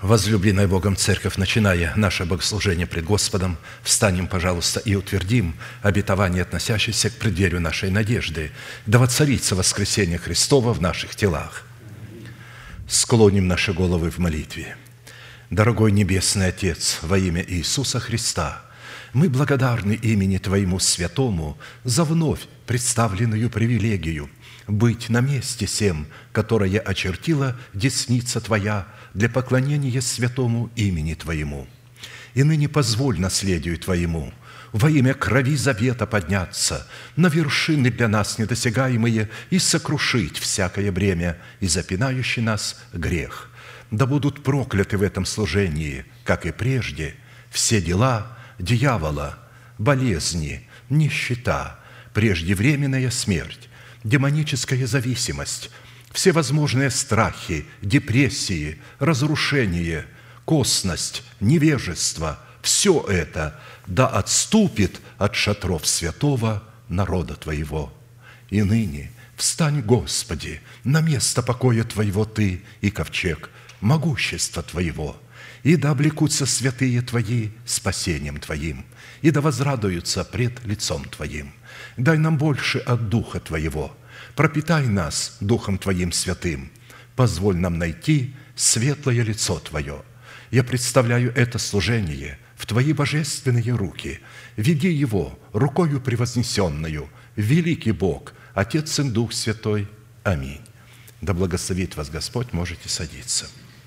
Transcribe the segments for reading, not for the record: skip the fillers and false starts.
Возлюбленная Богом Церковь, начиная наше богослужение пред Господом, встанем, пожалуйста, и утвердим обетование, относящееся к преддверию нашей надежды, да воцарится воскресение Христова в наших телах. Склоним наши головы в молитве. Дорогой Небесный Отец, во имя Иисуса Христа, мы благодарны имени Твоему Святому за вновь представленную привилегию быть на месте сем, которое очертила десница Твоя для поклонения святому имени Твоему. И ныне позволь наследию Твоему во имя крови завета подняться на вершины для нас недосягаемые и сокрушить всякое бремя и запинающий нас грех. Да будут прокляты в этом служении, как и прежде, все дела дьявола, болезни, нищета, преждевременная смерть, демоническая зависимость, всевозможные страхи, депрессии, разрушение, косность, невежество – все это да отступит от шатров святого народа Твоего. И ныне встань, Господи, на место покоя Твоего Ты и ковчег могущества Твоего, и да облекутся святые Твои спасением Твоим, и да возрадуются пред лицом Твоим. Дай нам больше от Духа Твоего, пропитай нас Духом Твоим святым, позволь нам найти светлое лицо Твое. Я представляю это служение в Твои божественные руки. Веди его рукою превознесенную, великий Бог, Отец и Дух Святой. Аминь. Да благословит вас Господь, можете садиться.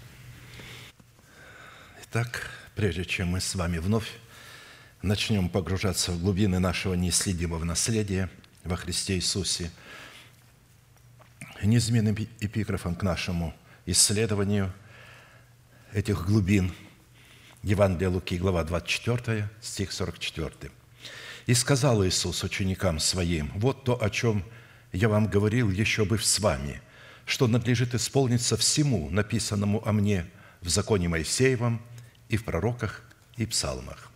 Итак, прежде чем мы с вами вновь начнем погружаться в глубины нашего неисследимого наследия во Христе Иисусе, неизменным эпиграфом к нашему исследованию этих глубин Евангелие Луки, глава 24, стих 44. «И сказал Иисус ученикам Своим: вот то, о чем я вам говорил, еще быв с вами, что надлежит исполниться всему, написанному о мне в законе Моисеевом и в пророках и псалмах».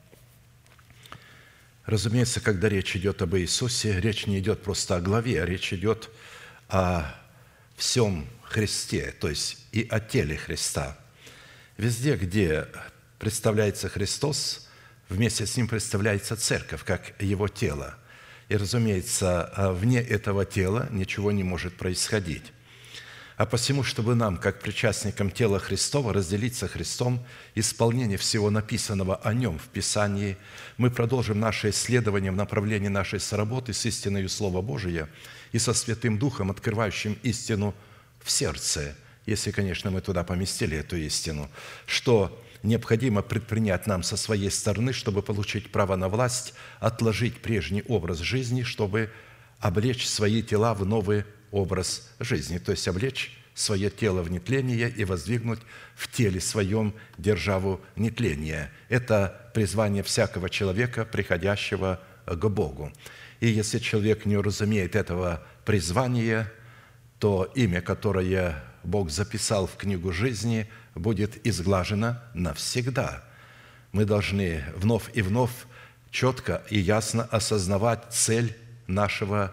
Разумеется, когда речь идет об Иисусе, речь не идет просто о главе, а речь идет о всем Христе, то есть и о теле Христа. Везде, где представляется Христос, вместе с Ним представляется Церковь, как Его тело. И, разумеется, вне этого тела ничего не может происходить. А посему, чтобы нам, как причастникам тела Христова, разделить со Христом исполнение всего написанного о Нем в Писании, мы продолжим наше исследование в направлении нашей соработы с истиною Слова Божия и со Святым Духом, открывающим истину в сердце, если, конечно, мы туда поместили эту истину, что необходимо предпринять нам со своей стороны, чтобы получить право на власть, отложить прежний образ жизни, чтобы облечь свои тела в новый образ жизни, то есть облечь свое тело в нетление и воздвигнуть в теле своем державу нетления. Это призвание всякого человека, приходящего к Богу. И если человек не уразумеет этого призвания, то имя, которое Бог записал в книгу жизни, будет изглажено навсегда. Мы должны вновь и вновь четко и ясно осознавать цель нашего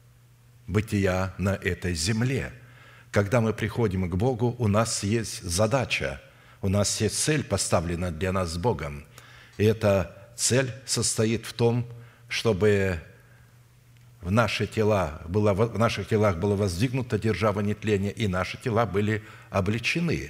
бытия на этой земле. Когда мы приходим к Богу, у нас есть задача, у нас есть цель, поставлена для нас Богом. И эта цель состоит в том, чтобы в наших телах было воздвигнута держава нетления, и наши тела были облечены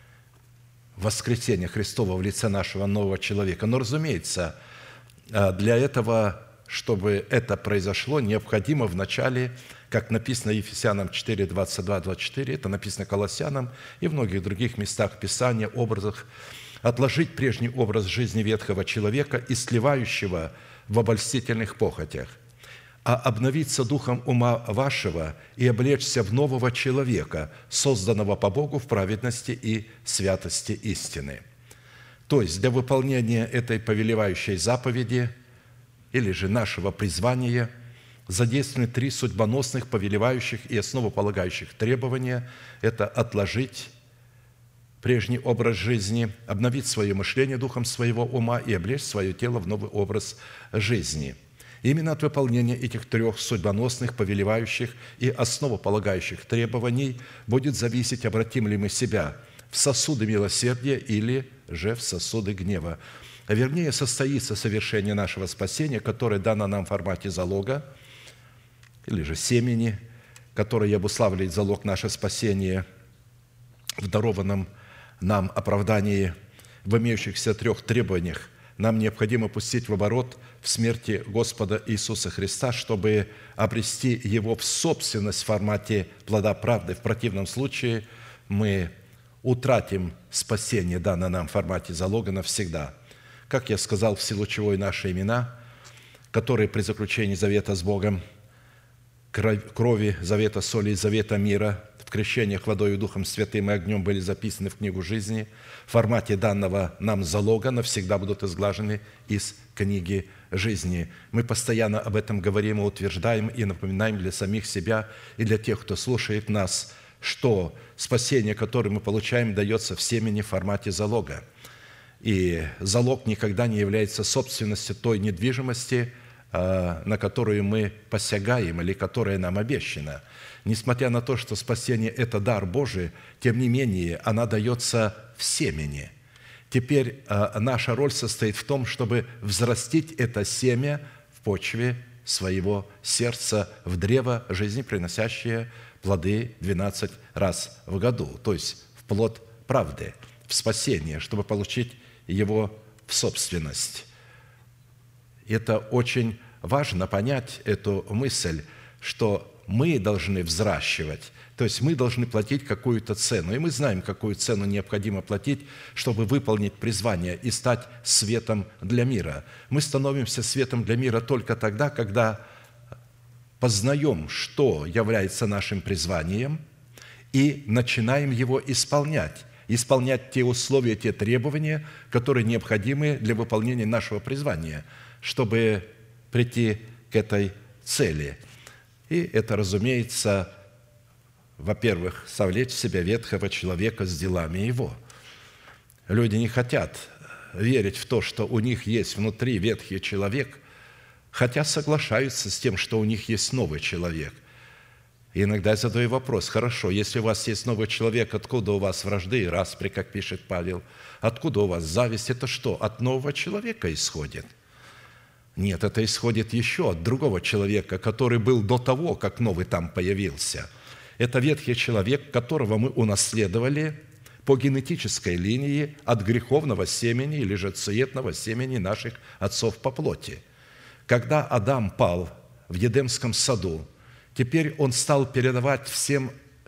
в воскресение Христова в лице нашего нового человека. Но, разумеется, для этого, чтобы это произошло, необходимо вначале, как написано Ефесянам 4, 22, 24, это написано Колоссянам и в многих других местах Писания, образах, отложить прежний образ жизни ветхого человека и сливающего в обольстительных похотях, а обновиться духом ума вашего и облечься в нового человека, созданного по Богу в праведности и святости истины. То есть для выполнения этой повелевающей заповеди или же нашего призвания задействованы три судьбоносных, повелевающих и основополагающих требования – это отложить прежний образ жизни, обновить свое мышление духом своего ума и облечь свое тело в новый образ жизни. Именно от выполнения этих трех судьбоносных, повелевающих и основополагающих требований будет зависеть, обратим ли мы себя в сосуды милосердия или же в сосуды гнева. А вернее, состоится совершение нашего спасения, которое дано нам в формате залога, или же семени, которое обуславливает залог наше спасение в дарованном нам оправдании, в имеющихся 3 требованиях. Нам необходимо пустить в оборот в смерти Господа Иисуса Христа, чтобы обрести Его в собственность в формате плода правды. В противном случае мы утратим спасение, данное нам в формате залога, навсегда. Как я сказал, в силу чего и наши имена, которые при заключении завета с Богом, крови завета соли и завета мира, в крещениях водою, Духом Святым и огнем были записаны в книгу жизни, в формате данного нам залога навсегда будут изглажены из книги жизни. Мы постоянно об этом говорим и утверждаем, и напоминаем для самих себя и для тех, кто слушает нас, что спасение, которое мы получаем, дается в семени в формате залога. И залог никогда не является собственностью той недвижимости, на которую мы посягаем или которая нам обещана. Несмотря на то, что спасение – это дар Божий, тем не менее, она дается в семени. Теперь наша роль состоит в том, чтобы взрастить это семя в почве своего сердца, в древо жизни, приносящее плоды 12 раз в году, то есть в плод правды, в спасение, чтобы получить его в собственность. Это очень важно понять эту мысль, что мы должны взращивать, то есть мы должны платить какую-то цену. И мы знаем, какую цену необходимо платить, чтобы выполнить призвание и стать светом для мира. Мы становимся светом для мира только тогда, когда познаем, что является нашим призванием, и начинаем его исполнять те условия, те требования, которые необходимы для выполнения нашего призвания, чтобы прийти к этой цели. И это, разумеется, во-первых, совлечь в себя ветхого человека с делами его. Люди не хотят верить в то, что у них есть внутри ветхий человек, хотя соглашаются с тем, что у них есть новый человек. И иногда я задаю вопрос: хорошо, если у вас есть новый человек, откуда у вас вражды и распри, как пишет Павел? Откуда у вас зависть? Это что, от нового человека исходит? Нет, это исходит еще от другого человека, который был до того, как новый там появился. Это ветхий человек, которого мы унаследовали по генетической линии от греховного семени или же суетного семени наших отцов по плоти. Когда Адам пал в Едемском саду, теперь он стал передавать всем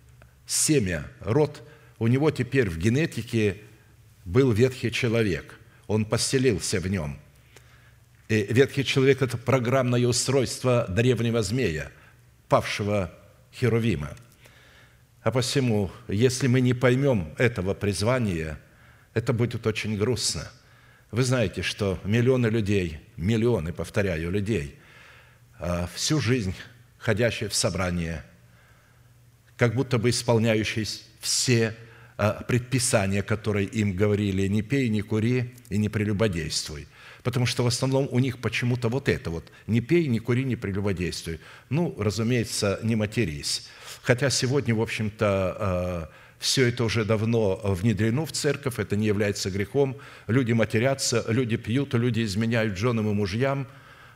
семя, род. У него теперь в генетике был ветхий человек. Он поселился в нем. И ветхий человек – это программное устройство древнего змея, павшего Херувима. А посему, если мы не поймем этого призвания, это будет очень грустно. Вы знаете, что миллионы людей, повторяю, людей, всю жизнь ходящие в собрание, как будто бы исполняющие все предписания, которые им говорили: не пей, не кури и не прелюбодействуй. Потому что в основном у них почему-то вот это вот: не пей, не кури, не прелюбодействуй. Ну, разумеется, не матерись. Хотя сегодня, в общем-то, все это уже давно внедрено в церковь, это не является грехом. Люди матерятся, люди пьют, люди изменяют женам и мужьям,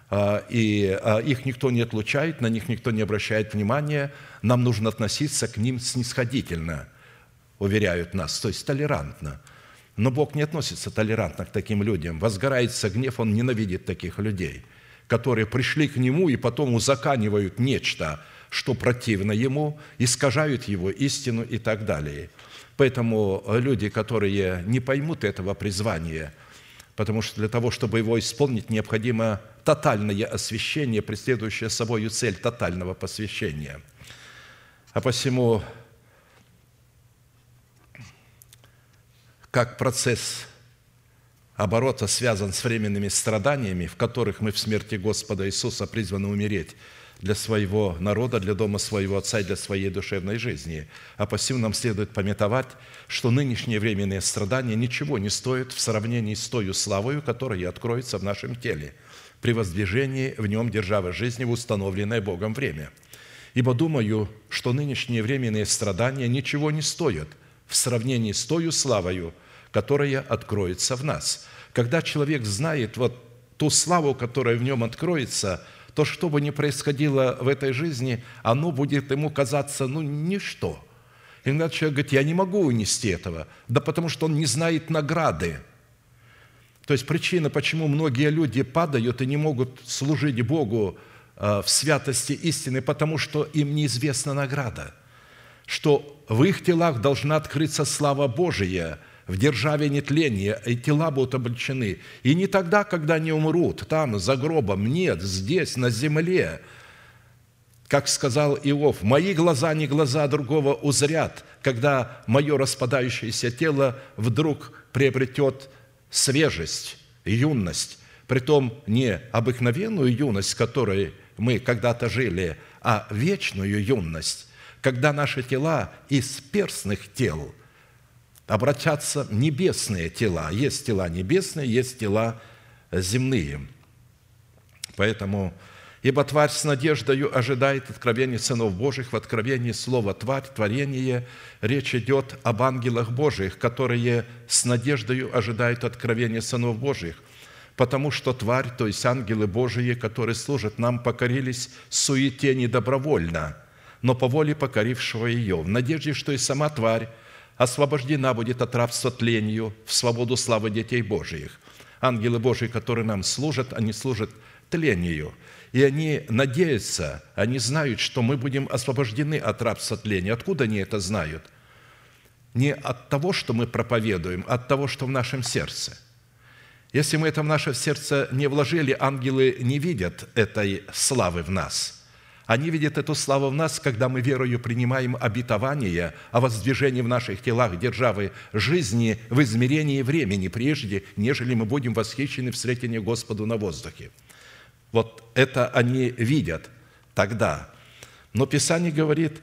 и их никто не отлучает, на них никто не обращает внимания. Нам нужно относиться к ним снисходительно, уверяют нас, то есть толерантно. Но Бог не относится толерантно к таким людям. Возгорается гнев, Он ненавидит таких людей, которые пришли к Нему и потом узаканивают нечто, что противно Ему, искажают Его истину и так далее. Поэтому люди, которые не поймут этого призвания, потому что для того, чтобы его исполнить, необходимо тотальное освящение, преследующее собой цель тотального посвящения. А посему, как процесс оборота связан с временными страданиями, в которых мы в смерти Господа Иисуса призваны умереть для своего народа, для дома своего Отца и для своей душевной жизни. А посему нам следует памятовать, что нынешние временные страдания ничего не стоят в сравнении с той славою, которая откроется в нашем теле при воздвижении в нем державы жизни в установленное Богом время. Ибо думаю, что нынешние временные страдания ничего не стоят в сравнении с той славою, которая откроется в нас. Когда человек знает вот ту славу, которая в нем откроется, то, что бы ни происходило в этой жизни, оно будет ему казаться, ничто. Иногда человек говорит, я не могу унести этого, да потому что он не знает награды. То есть причина, почему многие люди падают и не могут служить Богу в святости истины, потому что им неизвестна награда, что в их телах должна открыться слава Божия в державе нетления, и тела будут облечены. И не тогда, когда они умрут, там, за гробом, нет, здесь, на земле. Как сказал Иов, «Мои глаза не глаза другого узрят, когда мое распадающееся тело вдруг приобретет свежесть, юность, притом не обыкновенную юность, которой мы когда-то жили, а вечную юность, когда наши тела из перстных тел обратятся в небесные тела. Есть тела небесные, есть тела земные. Поэтому, ибо тварь с надеждою ожидает откровения сынов Божьих. В откровении слова «тварь», «творение» речь идет об ангелах Божьих, которые с надеждою ожидают откровения сынов Божьих. Потому что тварь, то есть ангелы Божьи, которые служат нам, покорились суете не добровольно, но по воле покорившего ее, в надежде, что и сама тварь освобождена будет от рабства тлению в свободу славы детей Божиих. Ангелы Божьи, которые нам служат, они служат тлению. И они надеются, они знают, что мы будем освобождены от рабства тления. Откуда они это знают? Не от того, что мы проповедуем, а от того, что в нашем сердце. Если мы это в наше сердце не вложили, ангелы не видят этой славы в нас. Они видят эту славу в нас, когда мы верою принимаем обетование о воздвижении в наших телах державы жизни в измерении времени, прежде, нежели мы будем восхищены встретение Господу на воздухе. Вот это они видят тогда. Но Писание говорит,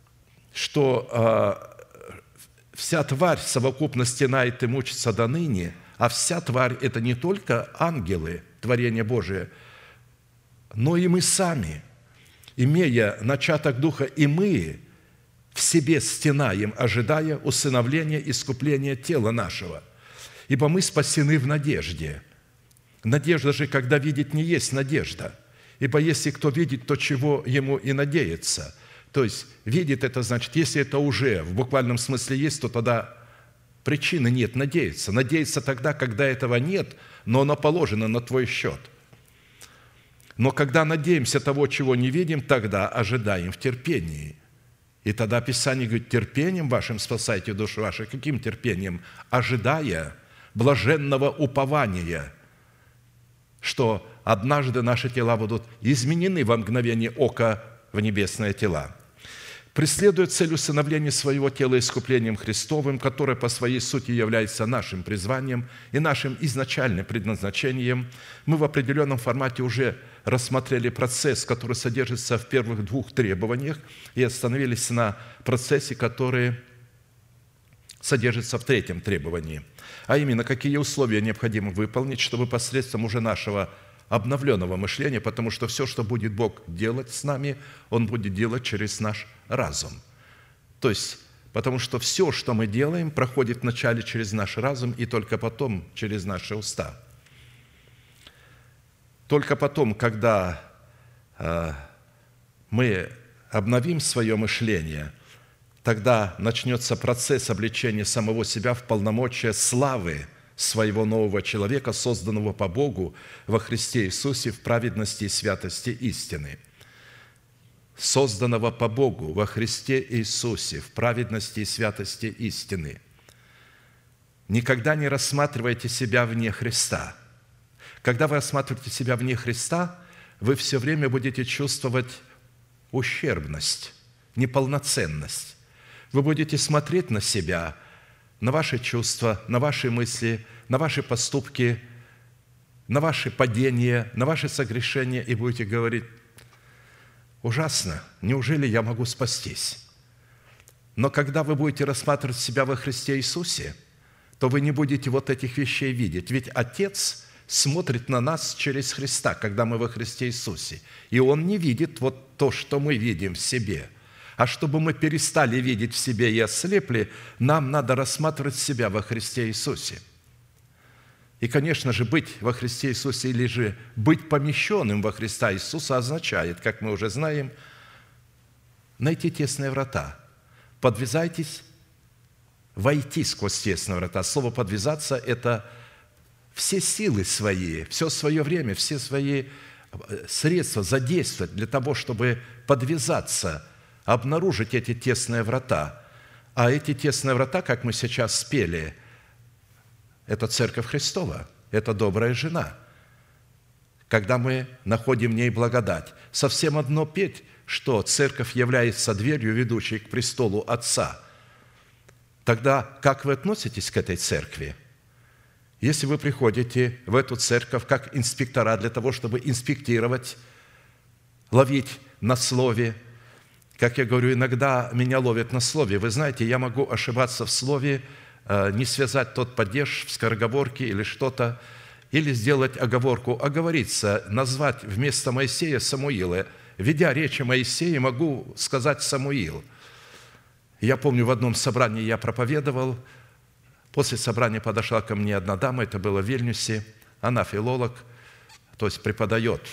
что вся тварь в совокупности стенает и мучится до ныне, а вся тварь – это не только ангелы, творение Божие, но и мы сами, имея начаток Духа, и мы в себе стенаем, ожидая усыновления, искупления тела нашего. Ибо мы спасены в надежде. Надежда же, когда видеть, не есть надежда. Ибо если кто видит, то чего ему и надеется. То есть видит это значит, если это уже в буквальном смысле есть, то тогда причины нет надеяться. Надеяться тогда, когда этого нет, но оно положено на твой счет. Но когда надеемся того, чего не видим, тогда ожидаем в терпении. И тогда Писание говорит, терпением вашим спасайте души ваши. Каким терпением? Ожидая блаженного упования, что однажды наши тела будут изменены во мгновение ока в небесные тела. Преследуя цель усыновления своего тела искуплением Христовым, которое по своей сути является нашим призванием и нашим изначальным предназначением, мы в определенном формате уже рассмотрели процесс, который содержится в первых двух требованиях, и остановились на процессе, который содержится в третьем требовании. А именно, какие условия необходимо выполнить, чтобы посредством уже нашего обновленного мышления, потому что все, что будет Бог делать с нами, Он будет делать через наш разум. То есть, потому что все, что мы делаем, проходит вначале через наш разум и только потом через наши уста. Только потом, когда мы обновим свое мышление, тогда начнется процесс облечения самого себя в полномочия славы своего нового человека, созданного по Богу во Христе Иисусе в праведности и святости истины. Созданного по Богу во Христе Иисусе в праведности и святости истины. Никогда не рассматривайте себя вне Христа. Когда вы рассматриваете себя вне Христа, вы все время будете чувствовать ущербность, неполноценность. Вы будете смотреть на себя, на ваши чувства, на ваши мысли, на ваши поступки, на ваши падения, на ваши согрешения и будете говорить, ужасно, неужели я могу спастись? Но когда вы будете рассматривать себя во Христе Иисусе, то вы не будете вот этих вещей видеть. Ведь Отец смотрит на нас через Христа, когда мы во Христе Иисусе. И Он не видит вот то, что мы видим в себе. А чтобы мы перестали видеть в себе и ослепли, нам надо рассматривать себя во Христе Иисусе. И, конечно же, быть во Христе Иисусе или же быть помещенным во Христа Иисуса означает, как мы уже знаем, найти тесные врата. Подвязайтесь, войти сквозь тесные врата. Слово «подвязаться» – это все силы свои, все свое время, все свои средства задействовать для того, чтобы подвязаться, обнаружить эти тесные врата. А эти тесные врата, как мы сейчас спели, это Церковь Христова, это добрая жена. Когда мы находим в ней благодать. Совсем одно петь, что Церковь является дверью, ведущей к престолу Отца. Тогда как вы относитесь к этой Церкви? Если вы приходите в эту церковь как инспектора для того, чтобы инспектировать, ловить на слове, как я говорю, иногда меня ловят на слове. Вы знаете, я могу ошибаться в слове, не связать тот падеж в скороговорке или что-то, или сделать оговорку, оговориться, назвать вместо Моисея Самуила. Ведя речь о Моисее, могу сказать Самуил. Я помню, в одном собрании я проповедовал. После собрания подошла ко мне одна дама, это было в Вильнюсе. Она филолог, то есть преподает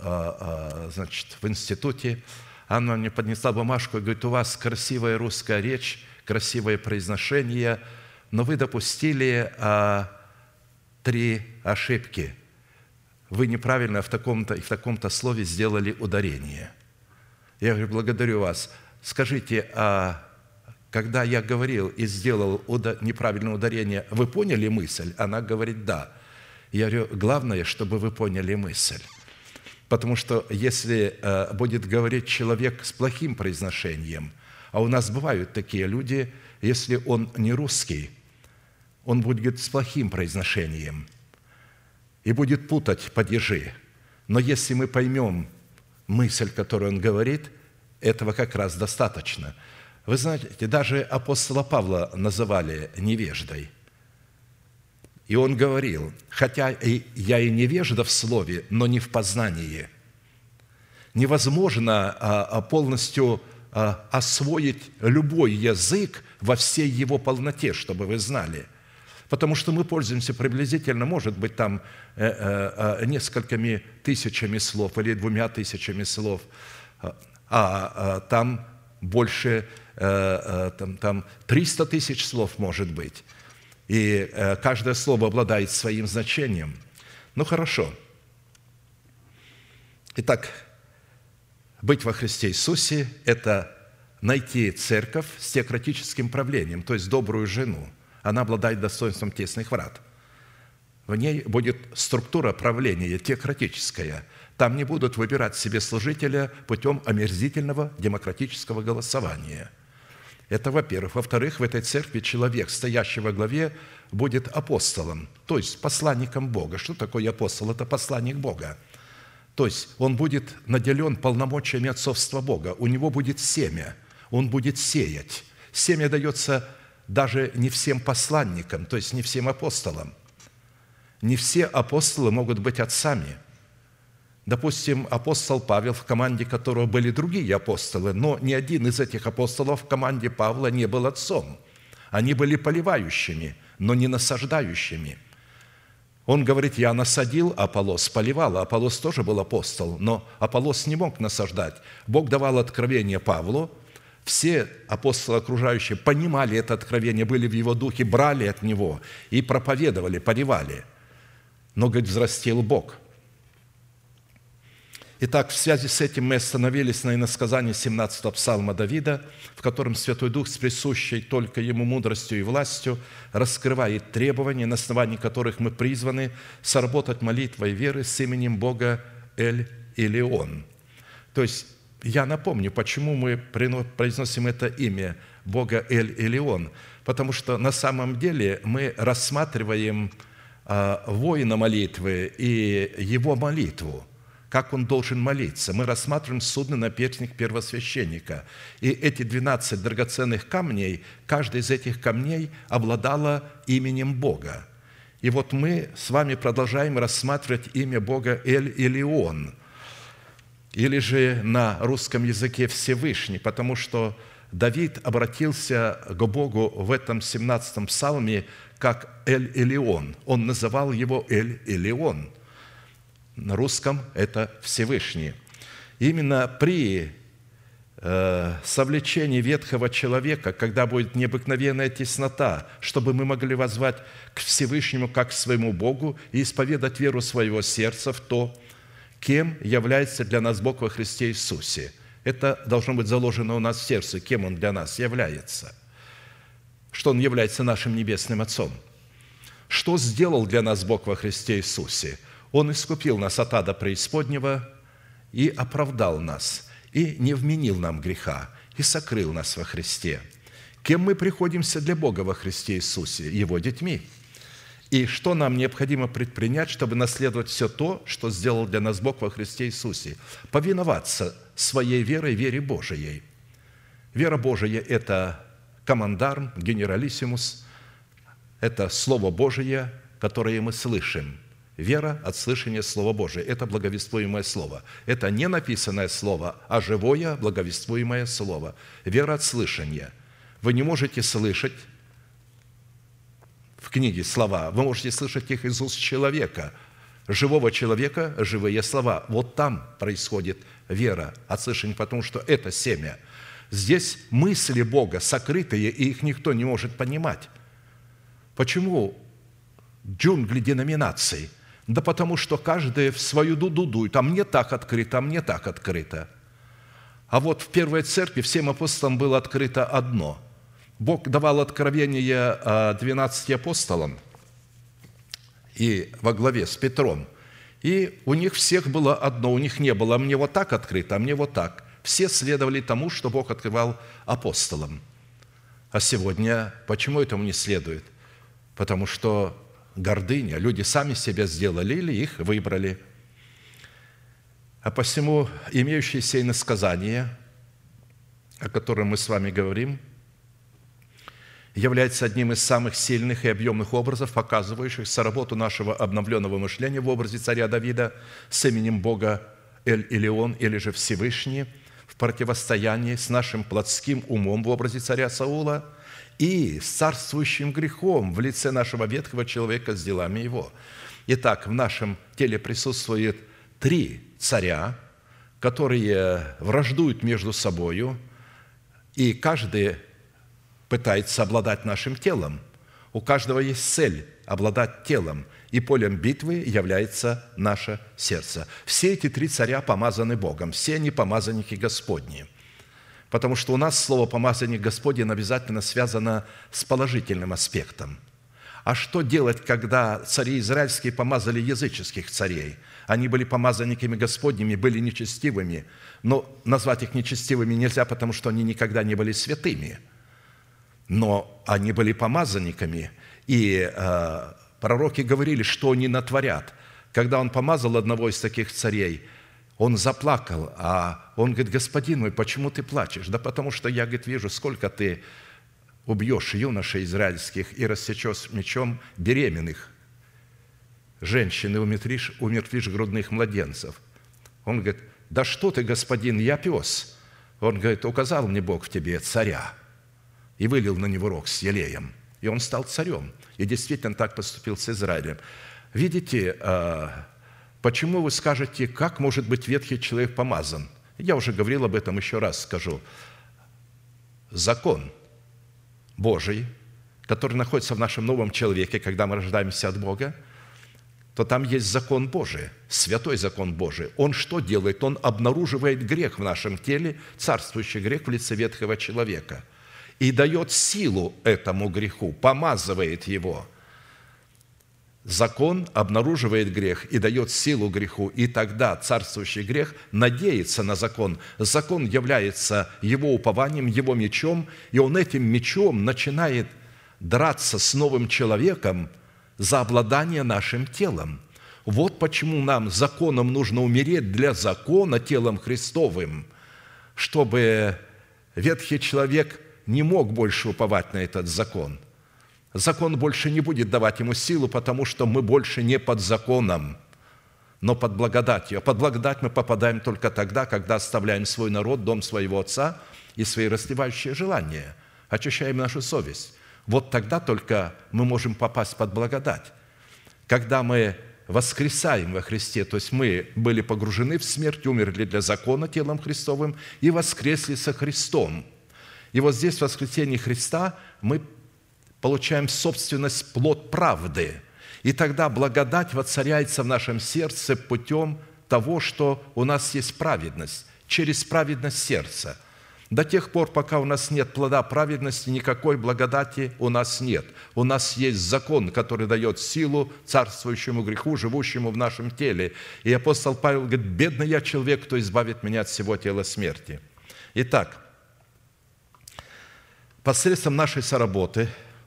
в институте. Она мне поднесла бумажку и говорит: у вас красивая русская речь, красивое произношение, но вы допустили 3 ошибки. Вы неправильно в таком-то и в таком-то слове сделали ударение. Я говорю: благодарю вас. Скажите, когда я говорил и сделал неправильное ударение, вы поняли мысль? Она говорит: да. Я говорю: главное, чтобы вы поняли мысль. Потому что если будет говорить человек с плохим произношением, а у нас бывают такие люди, если он не русский, он будет говорить с плохим произношением и будет путать падежи. Но если мы поймем мысль, которую он говорит, этого как раз достаточно. Вы знаете, даже апостола Павла называли невеждой. И он говорил: хотя я и невежда в слове, но не в познании. Невозможно полностью освоить любой язык во всей его полноте, чтобы вы знали. Потому что мы пользуемся приблизительно, может быть, там несколькими тысячами слов или 2000 слов, а там больше, там 300 тысяч слов может быть. И каждое слово обладает своим значением. Ну, хорошо. Итак, быть во Христе Иисусе – это найти церковь с теократическим правлением, то есть добрую жену. Она обладает достоинством тесных врат. В ней будет структура правления теократическая. Там не будут выбирать себе служителя путем омерзительного демократического голосования. Это во-первых. Во-вторых, в этой церкви человек, стоящий во главе, будет апостолом, то есть посланником Бога. Что такое апостол? Это посланник Бога. То есть он будет наделен полномочиями отцовства Бога. У него будет семя, он будет сеять. Семя дается даже не всем посланникам, то есть не всем апостолам. Не все апостолы могут быть отцами. Допустим, апостол Павел, в команде которого были другие апостолы, но ни один из этих апостолов в команде Павла не был отцом. Они были поливающими, но не насаждающими. Он говорит: я насадил, Аполлос поливал. Аполлос тоже был апостол, но Аполлос не мог насаждать. Бог давал откровение Павлу. Все апостолы окружающие понимали это откровение, были в его духе, брали от него и проповедовали, поливали. Но, говорит, взрастил Бог. Итак, в связи с этим мы остановились на иносказании 17-го псалма Давида, в котором Святой Дух с присущей только Ему мудростью и властью раскрывает требования, на основании которых мы призваны соработать молитвой веры с именем Бога Эль-Илион. То есть, я напомню, почему мы произносим это имя Бога Эль-Илион. Потому что на самом деле мы рассматриваем воина молитвы и его молитву, как он должен молиться. Мы рассматриваем судный наперстник первосвященника. И эти 12 драгоценных камней, каждый из этих камней обладала именем Бога. И вот мы с вами продолжаем рассматривать имя Бога Эль-Илион. или же на русском языке Всевышний, потому что Давид обратился к Богу в этом 17-м псалме как Эль-Элион. Он называл его Эль-Элион. На русском это Всевышний. Именно при совлечении ветхого человека, когда будет необыкновенная теснота, чтобы мы могли воззвать к Всевышнему как к своему Богу и исповедать веру своего сердца в то, кем является для нас Бог во Христе Иисусе. Это должно быть заложено у нас в сердце, кем Он для нас является. Что Он является нашим Небесным Отцом. Что сделал для нас Бог во Христе Иисусе? Он искупил нас от ада преисподнего и оправдал нас, и не вменил нам греха, и сокрыл нас во Христе. Кем мы приходимся для Бога во Христе Иисусе? Его детьми. И что нам необходимо предпринять, чтобы наследовать все то, что сделал для нас Бог во Христе Иисусе? Повиноваться своей верой, вере Божией. Вера Божия – это командарм, генералиссимус, это Слово Божие, которое мы слышим. Вера от слышания Слова Божия – это благовествуемое Слово. Это не написанное Слово, а живое благовествуемое Слово. Вера от слышания. Вы не можете слышать в книге слова, вы можете слышать их из уст человека, живого человека, живые слова. Вот там происходит вера от слышания, потому что это семя. Здесь мысли Бога сокрытые, и их никто не может понимать. Почему джунгли деноминаций? Да потому что каждый в свою дуду дует. А мне так открыто, а мне так открыто. А вот в первой церкви всем апостолам было открыто одно. Бог давал откровение 12 апостолам и во главе с Петром. И у них всех было одно, у них не было, а мне вот так открыто, а мне вот так. Все следовали тому, что Бог открывал апостолам. А сегодня почему этому не следует? Потому что гордыня. Люди сами себя сделали или их выбрали. А посему имеющиеся иносказания, о котором мы с вами говорим, является одним из самых сильных и объемных образов, показывающих соработу нашего обновленного мышления в образе царя Давида с именем Бога Эль-Элион или же Всевышний в противостоянии с нашим плотским умом в образе царя Саула и с царствующим грехом в лице нашего ветхого человека с делами его. Итак, в нашем теле присутствует 3 царя, которые враждуют между собою, и каждый пытается обладать нашим телом. У каждого есть цель – обладать телом, и полем битвы является наше сердце. Все эти 3 царя помазаны Богом, все они помазанники Господни. Потому что у нас слово «помазанник Господень» обязательно связано с положительным аспектом. А что делать, когда цари израильские помазали языческих царей? Они были помазанниками Господними, были нечестивыми, но назвать их нечестивыми нельзя, потому что они никогда не были святыми. Но они были помазанниками, и пророки говорили, что они натворят. Когда он помазал одного из таких царей, он заплакал, а он говорит: «Господин мой, почему ты плачешь?» «Да потому что я, говорит, вижу, сколько ты убьешь юношей израильских и рассечешь мечом беременных женщин и умертвишь грудных младенцев». Он говорит: «Да что ты, господин, я пес». Он говорит: «Указал мне Бог в тебе царя». И вылил на него рог с елеем. И он стал царем. И действительно так поступил с Израилем. Видите, почему вы скажете, как может быть ветхий человек помазан? Я уже говорил об этом, еще раз скажу. Закон Божий, который находится в нашем новом человеке, когда мы рождаемся от Бога, то там есть закон Божий, святой закон Божий. Он что делает? Он обнаруживает грех в нашем теле, царствующий грех в лице ветхого человека, и дает силу этому греху, помазывает его. Закон обнаруживает грех и дает силу греху, и тогда царствующий грех надеется на закон. Закон является его упованием, его мечом, и он этим мечом начинает драться с новым человеком за обладание нашим телом. Вот почему нам законом нужно умереть для закона телом Христовым, чтобы ветхий человек не мог больше уповать на этот закон. Закон больше не будет давать ему силу, потому что мы больше не под законом. но под благодатью. А под благодать мы попадаем только тогда, когда оставляем свой народ, дом своего отца и свои растлевающие желания, очищаем нашу совесть. Вот тогда только мы можем попасть под благодать. Когда мы воскресаем во Христе, то есть мы были погружены в смерть, умерли для закона телом Христовым и воскресли со Христом. И вот здесь, в воскресении Христа, мы получаем собственность, плод правды. И тогда благодать воцаряется в нашем сердце путем того, что у нас есть праведность, через праведность сердца. До тех пор, пока у нас нет плода праведности, никакой благодати у нас нет. У нас есть закон, который дает силу царствующему греху, живущему в нашем теле. И апостол Павел говорит: «Бедный я человек, кто избавит меня от всего тела смерти». Итак, посредством нашей соработы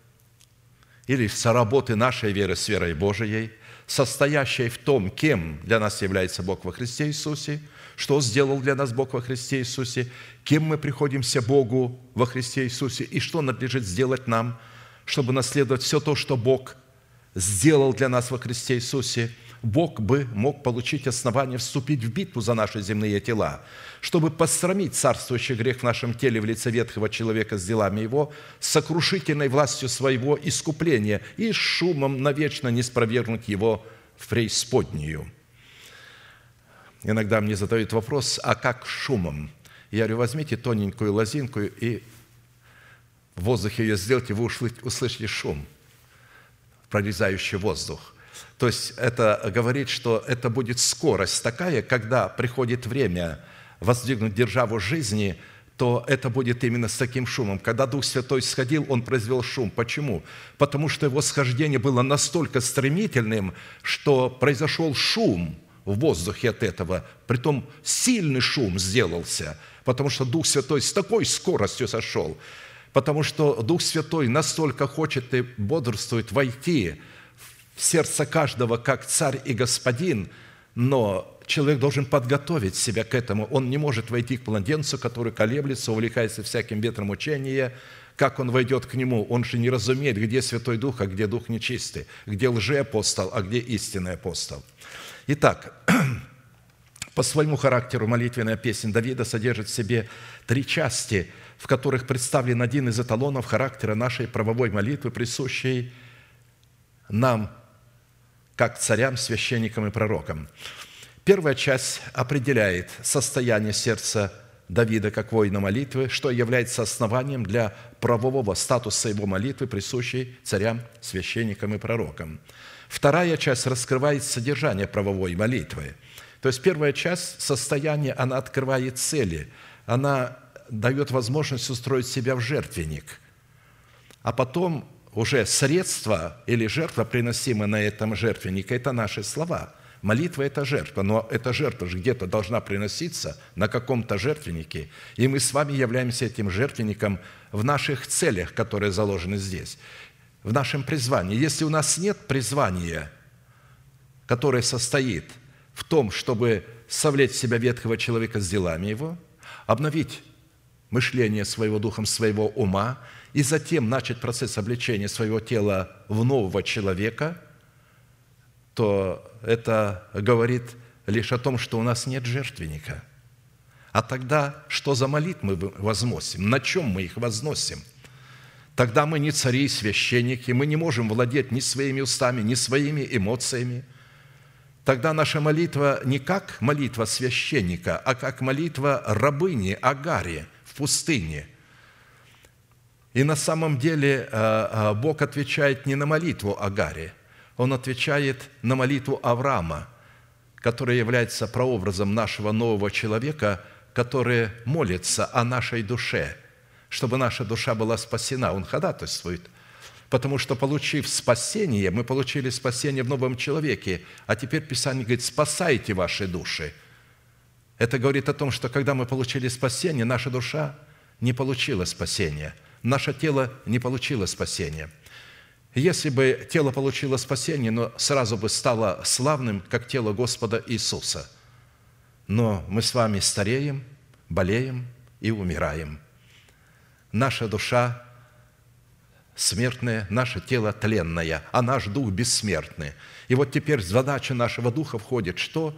или соработы нашей веры с верой Божией, состоящей в том, кем для нас является Бог во Христе Иисусе, что сделал для нас Бог во Христе Иисусе, кем мы приходимся Богу во Христе Иисусе и что надлежит сделать нам, чтобы наследовать все то, что Бог сделал для нас во Христе Иисусе. Бог бы мог получить основание вступить в битву за наши земные тела, чтобы посрамить царствующий грех в нашем теле в лице ветхого человека с делами его, с сокрушительной властью своего искупления и с шумом навечно не спровергнуть его в преисподнюю. Иногда мне задают вопрос: а как шумом? Я говорю: возьмите тоненькую лозинку и в воздухе ее сделайте, вы услышите шум, прорезающий воздух. То есть это говорит, что это будет скорость такая, когда приходит время воздвигнуть державу жизни, то это будет именно с таким шумом. Когда Дух Святой сходил, Он произвел шум. Почему? Потому что Его схождение было настолько стремительным, что произошел шум в воздухе от этого. Притом сильный шум сделался, потому что Дух Святой с такой скоростью сошел. Потому что Дух Святой настолько хочет и бодрствует войти в сердце каждого, как царь и господин, но человек должен подготовить себя к этому. Он не может войти к младенцу, который колеблется, увлекается всяким ветром учения. Как он войдет к нему? Он же не разумеет, где Святой Дух, а где Дух нечистый, где лжеапостол, а где истинный апостол. Итак, по своему характеру молитвенная песнь Давида содержит в себе 3 части, в которых представлен один из эталонов характера нашей правовой молитвы, присущей нам, как царям, священникам и пророкам. Первая часть определяет состояние сердца Давида как воина молитвы, что является основанием для правового статуса его молитвы, присущей царям, священникам и пророкам. Вторая часть раскрывает содержание правовой молитвы. То есть первая часть состояния, она открывает цели, она дает возможность устроить себя в жертвенник, а потом уже средства или жертва, приносимая на этом жертвеннике, это наши слова. Молитва – это жертва, но эта жертва же где-то должна приноситься на каком-то жертвеннике, и мы с вами являемся этим жертвенником в наших целях, которые заложены здесь, в нашем призвании. Если у нас нет призвания, которое состоит в том, чтобы совлечь в себя ветхого человека с делами его, обновить мышление своего духом, своего ума, и затем начать процесс облечения своего тела в нового человека, то это говорит лишь о том, что у нас нет жертвенника. А тогда что за молитвы мы возносим? На чем мы их возносим? Тогда мы не цари и священники, мы не можем владеть ни своими устами, ни своими эмоциями. Тогда наша молитва не как молитва священника, а как молитва рабыни Агари в пустыне. И на самом деле Бог отвечает не на молитву Агари, Он отвечает на молитву Авраама, который является прообразом нашего нового человека, который молится о нашей душе, чтобы наша душа была спасена. Он ходатайствует, потому что, получив спасение, мы получили спасение в новом человеке, а теперь Писание говорит: спасайте ваши души. Это говорит о том, что когда мы получили спасение, наша душа не получила спасения, наше тело не получило спасения. Если бы тело получило спасение, но сразу бы стало славным, как тело Господа Иисуса. Но мы с вами стареем, болеем и умираем. Наша душа смертное, наше тело тленное, а наш дух бессмертный. И вот теперь задача нашего духа входит, что?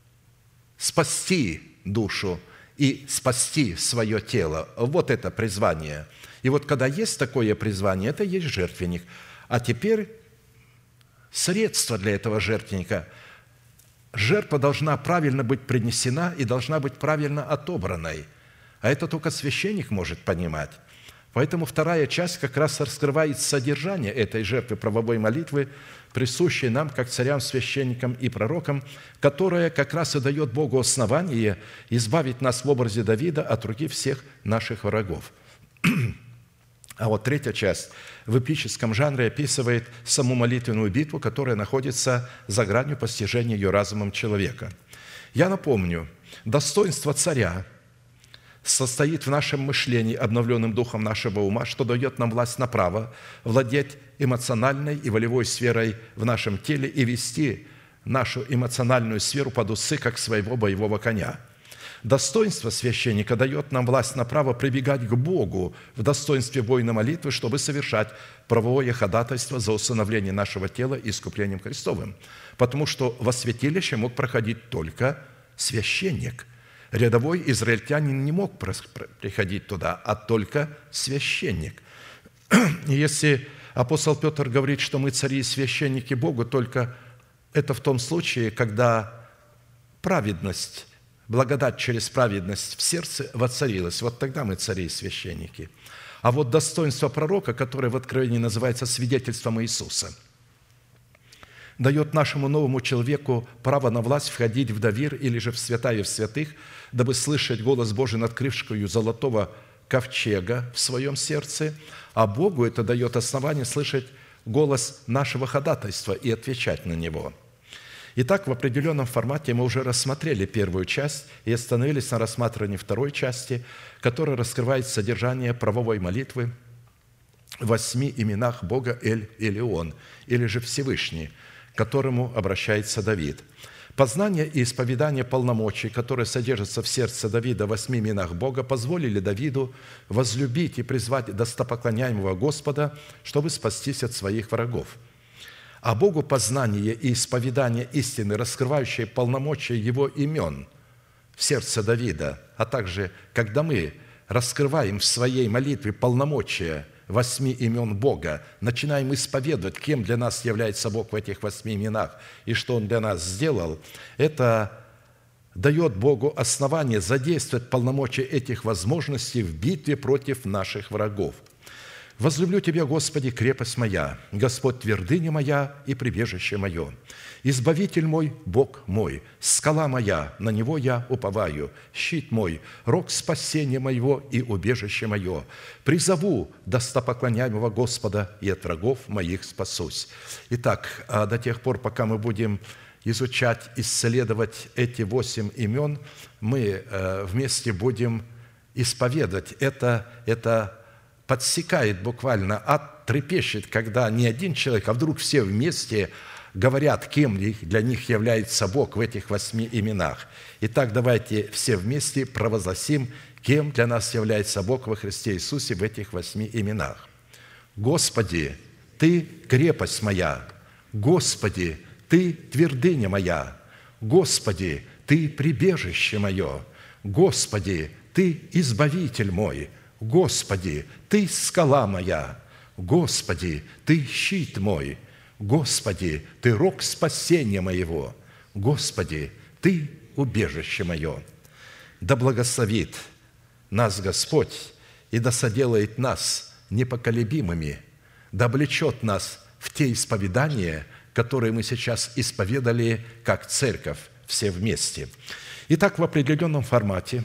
Спасти душу и спасти свое тело. Вот это призвание. И вот когда есть такое призвание, это есть жертвенник. А теперь средство для этого жертвенника. Жертва должна правильно быть принесена и должна быть правильно отобранной. А это только священник может понимать. Поэтому вторая часть как раз раскрывает содержание этой жертвы правовой молитвы, присущей нам, как царям, священникам и пророкам, которая как раз и дает Богу основание избавить нас в образе Давида от руки всех наших врагов. А вот третья часть в эпическом жанре описывает саму молитвенную битву, которая находится за гранью постижения ее разумом человека. Я напомню, достоинство царя состоит в нашем мышлении, обновленным духом нашего ума, что дает нам власть на право владеть эмоциональной и волевой сферой в нашем теле и вести нашу эмоциональную сферу под усы, как своего боевого коня. Достоинство священника дает нам власть на право прибегать к Богу в достоинстве воина молитвы, чтобы совершать правовое ходатайство за усыновление нашего тела искуплением Христовым. Потому что во святилище мог проходить только священник. Рядовой израильтянин не мог приходить туда, а только священник. И если апостол Петр говорит, что мы цари и священники Богу, только это в том случае, когда праведность, благодать через праведность в сердце воцарилась. Вот тогда мы цари и священники. А вот достоинство пророка, которое в Откровении называется свидетельством Иисуса, дает нашему новому человеку право на власть входить в довир или же в святая в святых, дабы слышать голос Божий над крышкою золотого ковчега в своем сердце, а Богу это дает основание слышать голос нашего ходатайства и отвечать на него. Итак, в определенном формате мы уже рассмотрели первую часть и остановились на рассматривании второй части, которая раскрывает содержание правовой молитвы в 8 именах Бога Эль-Элеон, или же Всевышний, к которому обращается Давид. Познание и исповедание полномочий, которые содержатся в сердце Давида в 8 именах Бога, позволили Давиду возлюбить и призвать достопоклоняемого Господа, чтобы спастись от своих врагов. А Богу познание и исповедание истины, раскрывающие полномочия Его имен в сердце Давида, а также, когда мы раскрываем в своей молитве полномочия 8 имен Бога, начинаем исповедовать, кем для нас является Бог в этих 8 именах и что Он для нас сделал, это дает Богу основание задействовать полномочия этих возможностей в битве против наших врагов. «Возлюблю Тебя, Господи, крепость моя, Господь, твердыня моя и прибежище мое, Избавитель мой, Бог мой, скала моя, на Него я уповаю, щит мой, рог спасения моего и убежище мое. Призову достопоклоняемого Господа, и от врагов моих спасусь». Итак, до тех пор, пока мы будем изучать, исследовать эти 8 имен, мы вместе будем исповедовать. Это подсекает буквально, трепещет, когда не один человек, а вдруг все вместе говорят, кем для них является Бог в этих 8 именах. Итак, давайте все вместе провозгласим, кем для нас является Бог во Христе Иисусе в этих 8 именах. «Господи, Ты крепость моя! Господи, Ты твердыня моя! Господи, Ты прибежище мое! Господи, Ты избавитель мой! Господи, Ты скала моя! Господи, Ты щит мой! Господи, Ты рог спасения моего! Господи, Ты убежище мое!» Да благословит нас Господь и да соделает нас непоколебимыми, да облечет нас в те исповедания, которые мы сейчас исповедали как церковь все вместе. Итак, в определенном формате,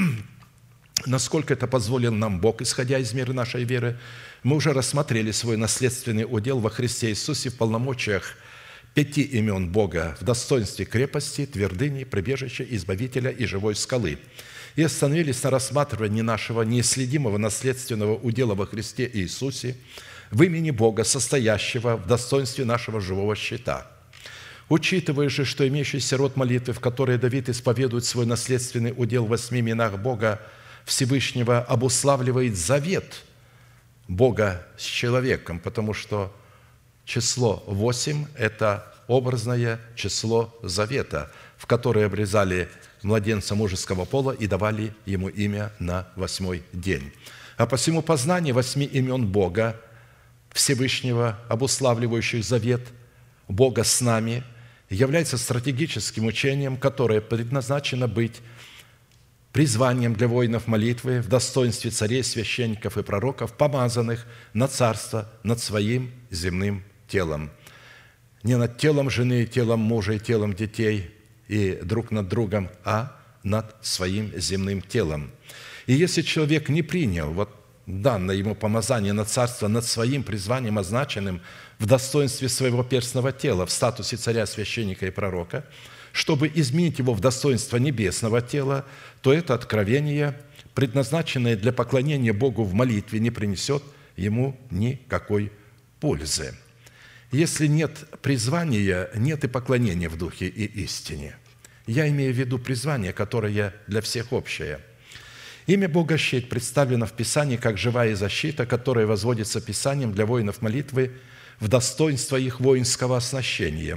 насколько это позволил нам Бог, исходя из меры нашей веры, мы уже рассмотрели свой наследственный удел во Христе Иисусе в полномочиях 5 имен Бога в достоинстве крепости, твердыни, прибежища, избавителя и живой скалы. И остановились на рассматривании нашего неисследимого наследственного удела во Христе Иисусе в имени Бога, состоящего в достоинстве нашего живого щита. Учитывая же, что имеющийся род молитвы, в которой Давид исповедует свой наследственный удел в 8 именах Бога Всевышнего, обуславливает завет Бога с человеком, потому что число 8 – это образное число завета, в которое обрезали младенца мужеского пола и давали ему имя на 8-й день. А посему познание 8 имен Бога Всевышнего, обуславливающих завет Бога с нами, является стратегическим учением, которое предназначено быть призванием для воинов молитвы в достоинстве царей, священников и пророков, помазанных на царство над своим земным телом. Не над телом жены, телом мужа и телом детей и друг над другом, а над своим земным телом. И если человек не принял данное ему помазание на царство над своим призванием, означенным в достоинстве своего перстного тела, в статусе царя, священника и пророка, чтобы изменить его в достоинство небесного тела, то это откровение, предназначенное для поклонения Богу в молитве, не принесет ему никакой пользы. Если нет призвания, нет и поклонения в духе и истине. Я имею в виду призвание, которое для всех общее. Имя Бога Щит представлено в Писании как живая защита, которая возводится Писанием для воинов молитвы в достоинство их воинского оснащения.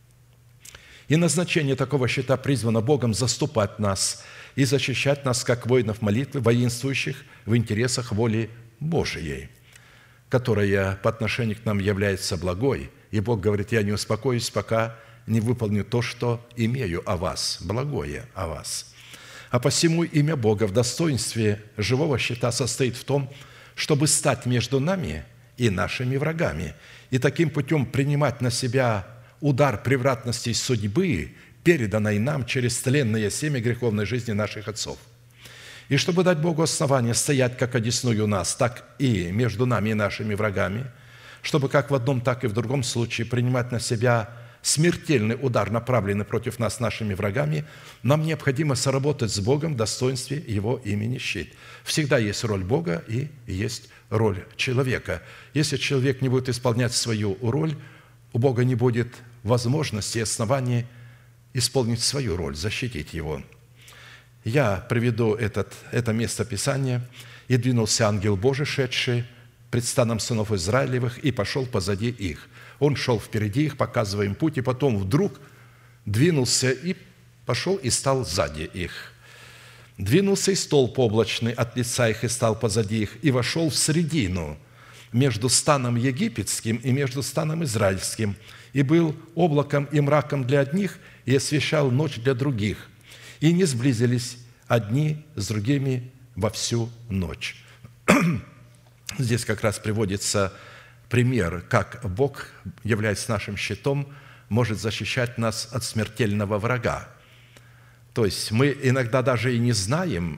И назначение такого щита призвано Богом заступать нас и защищать нас, как воинов молитвы, воинствующих в интересах воли Божией, которая по отношению к нам является благой. И Бог говорит: «Я не успокоюсь, пока не выполню то, что имею о вас, благое о вас». А посему имя Бога в достоинстве живого щита состоит в том, чтобы стать между нами и нашими врагами, и таким путем принимать на себя удар превратностей судьбы, переданной нам через тленное семя греховной жизни наших отцов. И чтобы дать Богу основание стоять как одесную нас, так и между нами и нашими врагами, чтобы как в одном, так и в другом случае принимать на себя смертельный удар, направленный против нас нашими врагами, нам необходимо соработать с Богом в достоинстве Его имени щит. Всегда есть роль Бога и есть роль человека. Если человек не будет исполнять свою роль, у Бога не будет возможности и оснований исполнить свою роль, защитить его. Я приведу это место Писания. «И двинулся ангел Божий, шедший пред станом сынов Израилевых, и пошел позади их. Он шел впереди их, показывая им путь, и потом вдруг двинулся и пошел и стал сзади их. Двинулся и столб облачный от лица их и стал позади их, и вошел в средину между станом египетским и между станом израильским, и был облаком и мраком для одних, и освещал ночь для других. И не сблизились одни с другими во всю ночь». Здесь как раз приводится пример, как Бог, являясь нашим щитом, может защищать нас от смертельного врага. То есть мы иногда даже и не знаем,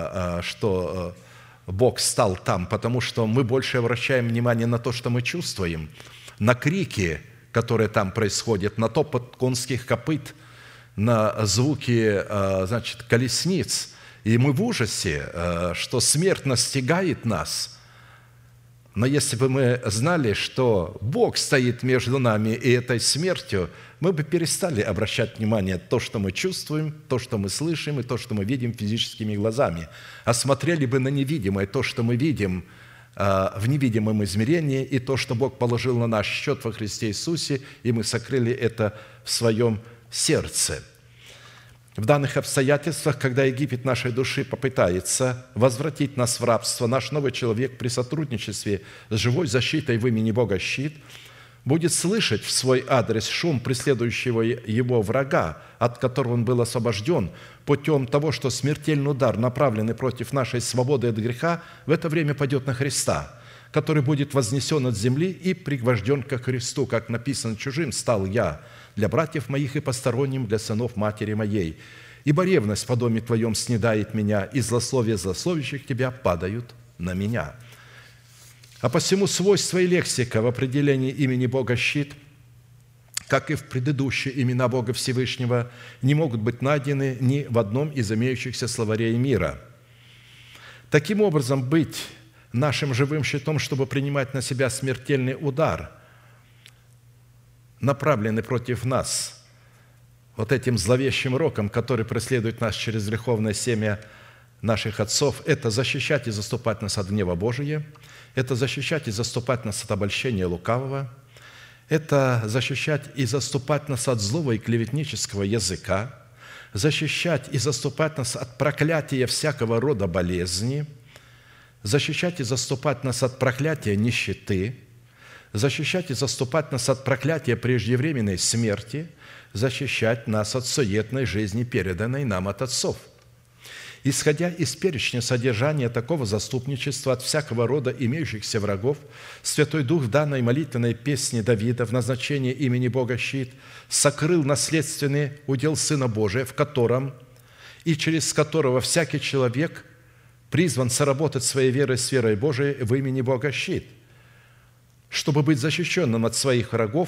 что Бог стал там, потому что мы больше обращаем внимание на то, что мы чувствуем, на крики, которые там происходят, на топот конских копыт, на звуки, колесниц. И мы в ужасе, что смерть настигает нас. Но если бы мы знали, что Бог стоит между нами и этой смертью, мы бы перестали обращать внимание на то, что мы чувствуем, то, что мы слышим, и то, что мы видим физическими глазами, а смотрели бы на невидимое, то, что мы видим в невидимом измерении, и то, что Бог положил на наш счет во Христе Иисусе, и мы сокрыли это в своем сердце. В данных обстоятельствах, когда Египет нашей души попытается возвратить нас в рабство, наш новый человек при сотрудничестве с живой защитой в имени Бога Щит будет слышать в свой адрес шум преследующего его врага, от которого он был освобожден, путем того, что смертельный удар, направленный против нашей свободы от греха, в это время пойдет на Христа, который будет вознесен от земли и пригвожден ко Христу, как написано: «Чужим стал я для братьев моих и посторонним для сынов матери моей. Ибо ревность по доме твоем снедает меня, и злословие злословящих тебя падают на меня». А посему свойство и лексика в определении имени Бога Щит, как и в предыдущие имена Бога Всевышнего, не могут быть найдены ни в одном из имеющихся словарей мира. Таким образом, быть нашим живым щитом, чтобы принимать на себя смертельный удар, направленный против нас вот этим зловещим роком, который преследует нас через греховное семя наших отцов – это защищать и заступать нас от гнева Божия, это защищать и заступать нас от обольщения лукавого, это защищать и заступать нас от злого и клеветнического языка, защищать и заступать нас от проклятия всякого рода болезни, защищать и заступать нас от проклятия нищеты, защищать и заступать нас от проклятия преждевременной смерти, защищать нас от суетной жизни, переданной нам от отцов. Исходя из перечня содержания такого заступничества от всякого рода имеющихся врагов, Святой Дух в данной молитвенной песне Давида в назначении имени Бога щит сокрыл наследственный удел Сына Божия, в котором и через которого всякий человек призван соработать своей верой с верой Божией в имени Бога щит, чтобы быть защищенным от своих врагов,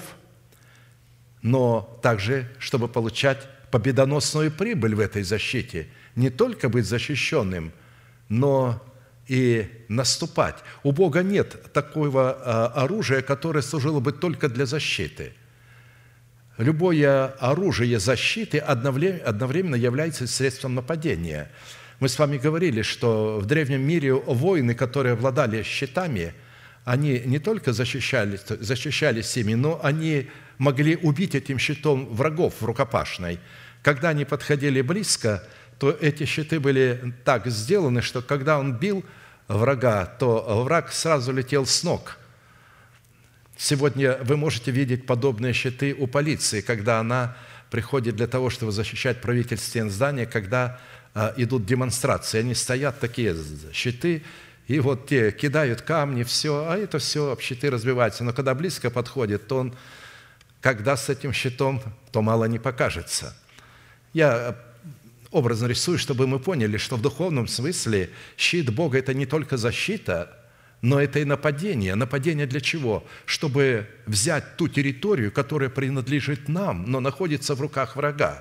но также, чтобы получать победоносную прибыль в этой защите, не только быть защищенным, но и наступать. У Бога нет такого оружия, которое служило бы только для защиты. Любое оружие защиты одновременно является средством нападения. Мы с вами говорили, что в древнем мире воины, которые обладали щитами, они не только защищались ими, но они могли убить этим щитом врагов в рукопашной. Когда они подходили близко, то эти щиты были так сделаны, что когда он бил врага, то враг сразу летел с ног. Сегодня вы можете видеть подобные щиты у полиции, когда она приходит для того, чтобы защищать правительственные здания, когда идут демонстрации. Они стоят, такие щиты, и вот те кидают камни, все, а это все об щиты разбивается. Но когда близко подходит, то он, когда с этим щитом, то мало не покажется. Я образно рисую, чтобы мы поняли, что в духовном смысле щит Бога – это не только защита, но это и нападение. Нападение для чего? Чтобы взять ту территорию, которая принадлежит нам, но находится в руках врага.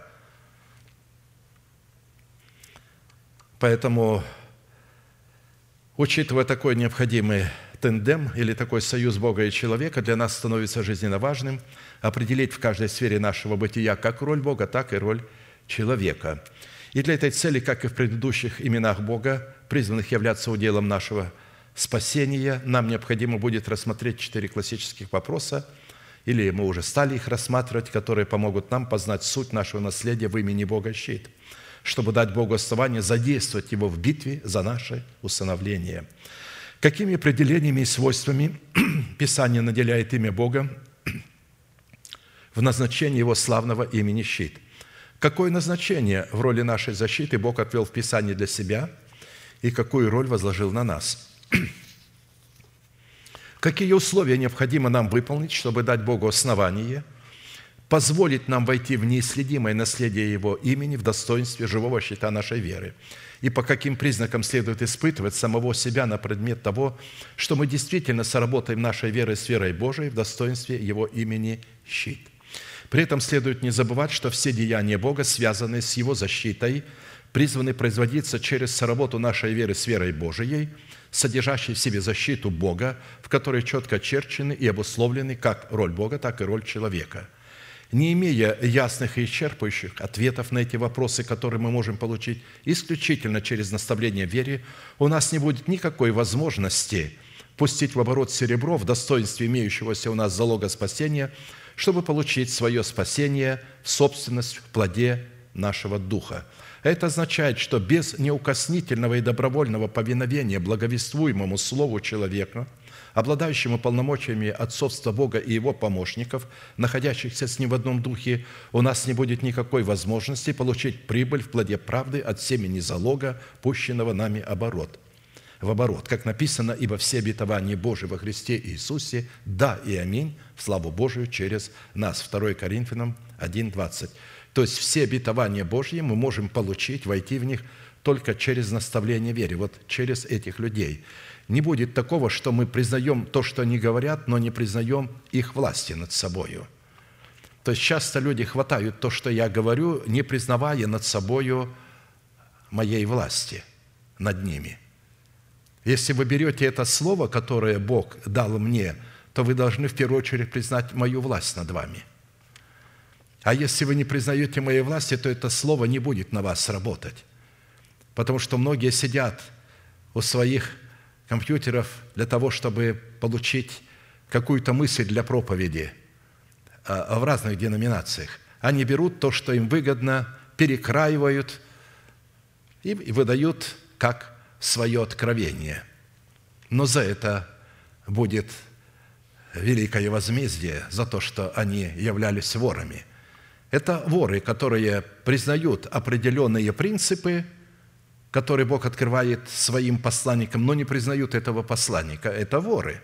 Поэтому, учитывая такой необходимый тандем или такой союз Бога и человека, для нас становится жизненно важным определить в каждой сфере нашего бытия как роль Бога, так и роль человека. И для этой цели, как и в предыдущих именах Бога, призванных являться уделом нашего спасения, нам необходимо будет рассмотреть 4 классических вопроса, или мы уже стали их рассматривать, которые помогут нам познать суть нашего наследия в имени Бога щит, чтобы дать Богу основание задействовать Его в битве за наше усыновление. Какими определениями и свойствами Писание наделяет имя Бога в назначении Его славного имени щит? Какое назначение в роли нашей защиты Бог отвел в Писании для себя и какую роль возложил на нас? Какие условия необходимо нам выполнить, чтобы дать Богу основание, позволить нам войти в неисследимое наследие Его имени в достоинстве живого щита нашей веры? И по каким признакам следует испытывать самого себя на предмет того, что мы действительно соработаем нашей верой с верой Божией в достоинстве Его имени щит? При этом следует не забывать, что все деяния Бога, связанные с Его защитой, призваны производиться через соработу нашей веры с верой Божией, содержащей в себе защиту Бога, в которой четко очерчены и обусловлены как роль Бога, так и роль человека. Не имея ясных и исчерпывающих ответов на эти вопросы, которые мы можем получить исключительно через наставление в вере, у нас не будет никакой возможности пустить в оборот серебро в достоинстве имеющегося у нас залога спасения, чтобы получить свое спасение в собственность в плоде нашего духа. Это означает, что без неукоснительного и добровольного повиновения благовествуемому Слову человека, обладающему полномочиями отцовства Бога и Его помощников, находящихся с Ним в одном духе, у нас не будет никакой возможности получить прибыль в плоде правды от семени залога, пущенного нами в оборот. Как написано, «Ибо все обетования Божии во Христе Иисусе, да и аминь, в славу Божию через нас». 2 Коринфянам 1:20. То есть все обетования Божьи мы можем получить, войти в них только через наставление вере, вот через этих людей. Не будет такого, что мы признаем то, что они говорят, но не признаем их власти над собою. То есть часто люди хватают то, что я говорю, не признавая над собою моей власти над ними. Если вы берете это слово, которое Бог дал мне, то вы должны в первую очередь признать мою власть над вами. А если вы не признаете моей власти, то это слово не будет на вас работать. потому что многие сидят у своих компьютеров для того, чтобы получить какую-то мысль для проповеди в разных деноминациях. Они берут то, что им выгодно, перекраивают и выдают как свое откровение. Но за это будет великое возмездие, за то, что они являлись ворами. Это воры, которые признают определенные принципы, которые Бог открывает своим посланникам, но не признают этого посланника. Это воры.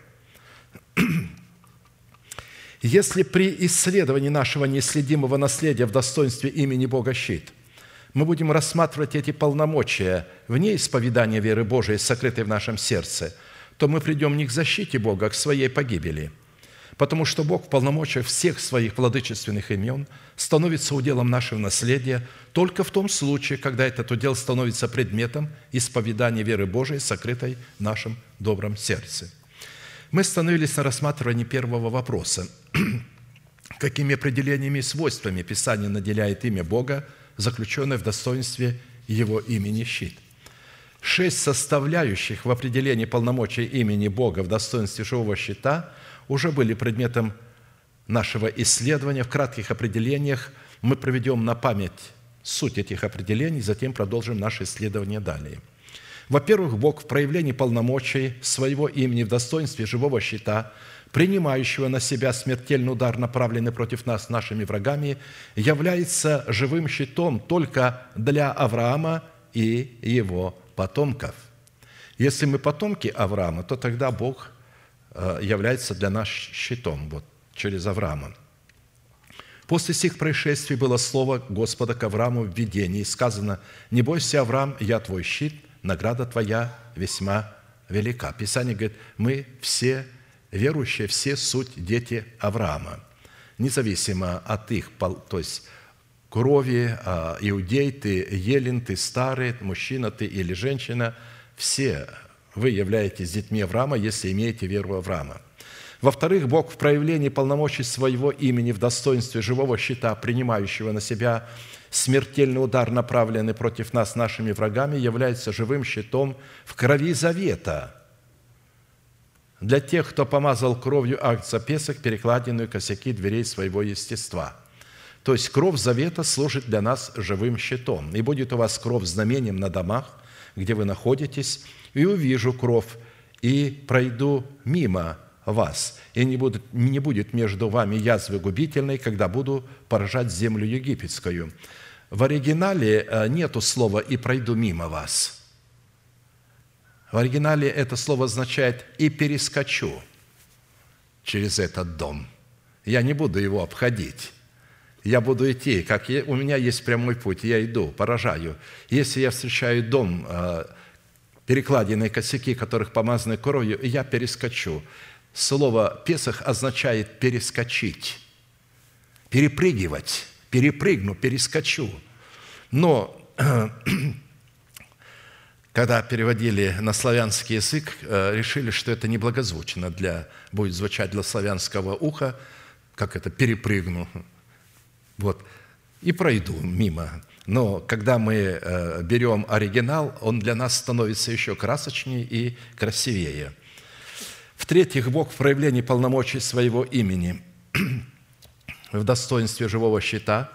Если при исследовании нашего неисследимого наследия в достоинстве имени Бога щит мы будем рассматривать эти полномочия вне исповедания веры Божией, сокрытой в нашем сердце, то мы придем не к защите Бога, а к своей погибели. Потому что Бог в полномочиях всех своих владычественных имен становится уделом нашего наследия только в том случае, когда этот удел становится предметом исповедания веры Божией, сокрытой в нашем добром сердце. Мы остановились на рассматривании первого вопроса. Какими определениями и свойствами Писание наделяет имя Бога, заключенное в достоинстве Его имени щит? 6 составляющих в определении полномочий имени Бога в достоинстве живого щита уже были предметом нашего исследования. В кратких определениях мы проведем на память суть этих определений, затем продолжим наше исследование далее. Во-первых, Бог в проявлении полномочий своего имени в достоинстве живого щита, принимающего на себя смертельный удар, направленный против нас нашими врагами, является живым щитом только для Авраама и его потомков. Если мы потомки Авраама, то тогда Бог является для нас щитом, вот, через Авраама. После сих происшествий было слово Господа к Аврааму в видении. Сказано: «Не бойся, Авраам, я твой щит, награда твоя весьма велика». Писание говорит, мы все верующие, все суть дети Авраама. Независимо от их, то есть крови, иудей ты, еллин, ты старый, мужчина ты или женщина, все вы являетесь детьми Авраама, если имеете веру Авраама. Во-вторых, Бог в проявлении полномочий своего имени в достоинстве живого щита, принимающего на себя смертельный удар, направленный против нас нашими врагами, является живым щитом в крови завета для тех, кто помазал кровью акт за Песах, перекладинную косяки дверей своего естества. То есть кровь завета служит для нас живым щитом. «И будет у вас кровь знамением на домах, где вы находитесь, и увижу кровь, и пройду мимо вас, и не будет между вами язвы губительной, когда буду поражать землю египетскую». В оригинале нету слова «и пройду мимо вас». В оригинале это слово означает «и перескочу через этот дом». Я не буду его обходить. Я буду идти, у меня есть прямой путь, я иду, поражаю. Если я встречаю дом, перекладинные косяки, которых помазаны кровью, я перескочу. Слово «Песах» означает «перескочить», «перепрыгивать», «перепрыгну», «перескочу». Но когда переводили на славянский язык, решили, что это неблагозвучно будет звучать для славянского уха, как это «перепрыгну». Вот. И пройду мимо. Но когда мы берем оригинал, он для нас становится еще красочнее и красивее. В-третьих, Бог в проявлении полномочий своего имени в достоинстве живого щита,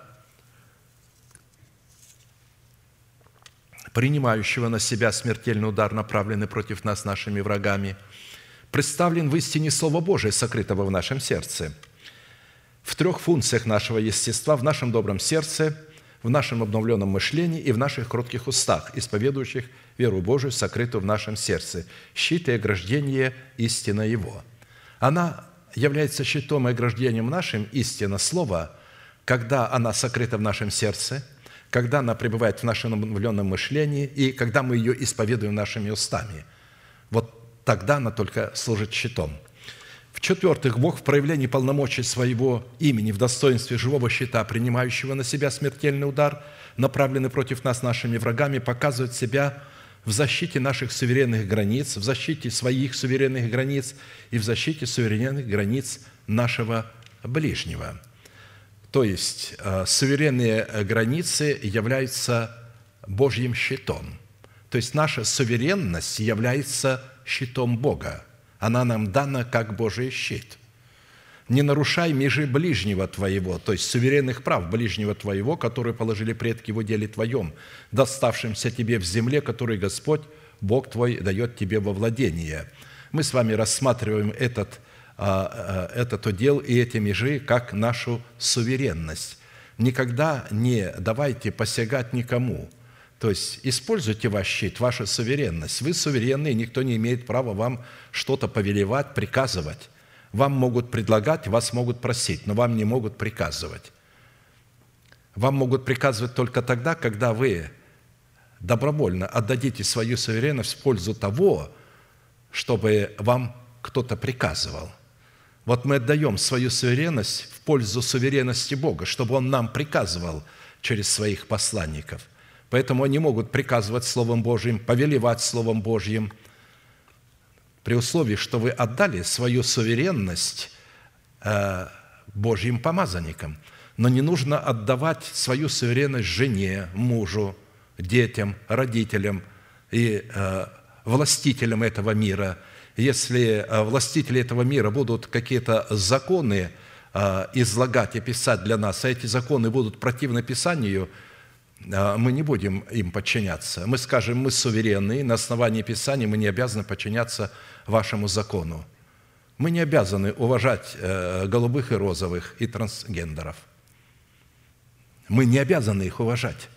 принимающего на себя смертельный удар, направленный против нас нашими врагами, представлен в истине Слова Божие, сокрытого в нашем сердце, в 3 функциях нашего естества, в нашем добром сердце, в нашем обновленном мышлении и в наших кротких устах, исповедующих веру Божию, сокрытую в нашем сердце, щит и ограждение истина Его. Она является щитом и ограждением нашим, истина Слова, когда она сокрыта в нашем сердце, когда она пребывает в нашем обновленном мышлении и когда мы ее исповедуем нашими устами. Вот тогда она только служит щитом. В-четвертых, Бог в проявлении полномочий своего имени в достоинстве живого щита, принимающего на себя смертельный удар, направленный против нас нашими врагами, показывает себя в защите наших суверенных границ, в защите своих суверенных границ и в защите суверенных границ нашего ближнего. То есть суверенные границы являются Божьим щитом. То есть наша суверенность является щитом Бога. Она нам дана как Божий щит. Не нарушай межи ближнего твоего, то есть суверенных прав ближнего твоего, которые положили предки в уделе твоем, доставшимся тебе в земле, который Господь, Бог твой, дает тебе во владение. Мы с вами рассматриваем этот удел и эти межи как нашу суверенность. Никогда не давайте посягать никому. То есть используйте ваш щит, вашу суверенность. Вы суверенны, и никто не имеет права вам что-то повелевать, приказывать. Вам могут предлагать, вас могут просить, но вам не могут приказывать. Вам могут приказывать только тогда, когда вы добровольно отдадите свою суверенность в пользу того, чтобы вам кто-то приказывал. Вот мы отдаем свою суверенность в пользу суверенности Бога, чтобы Он нам приказывал через своих посланников. Поэтому они могут приказывать Словом Божьим, повелевать Словом Божьим, при условии, что вы отдали свою суверенность Божьим помазанникам. Но не нужно отдавать свою суверенность жене, мужу, детям, родителям и властителям этого мира. Если властители этого мира будут какие-то законы излагать и писать для нас, а эти законы будут противны Писанию, мы не будем им подчиняться. Мы скажем, мы суверенны, на основании Писания мы не обязаны подчиняться вашему закону. Мы не обязаны уважать голубых и розовых и трансгендеров. Мы не обязаны их уважать.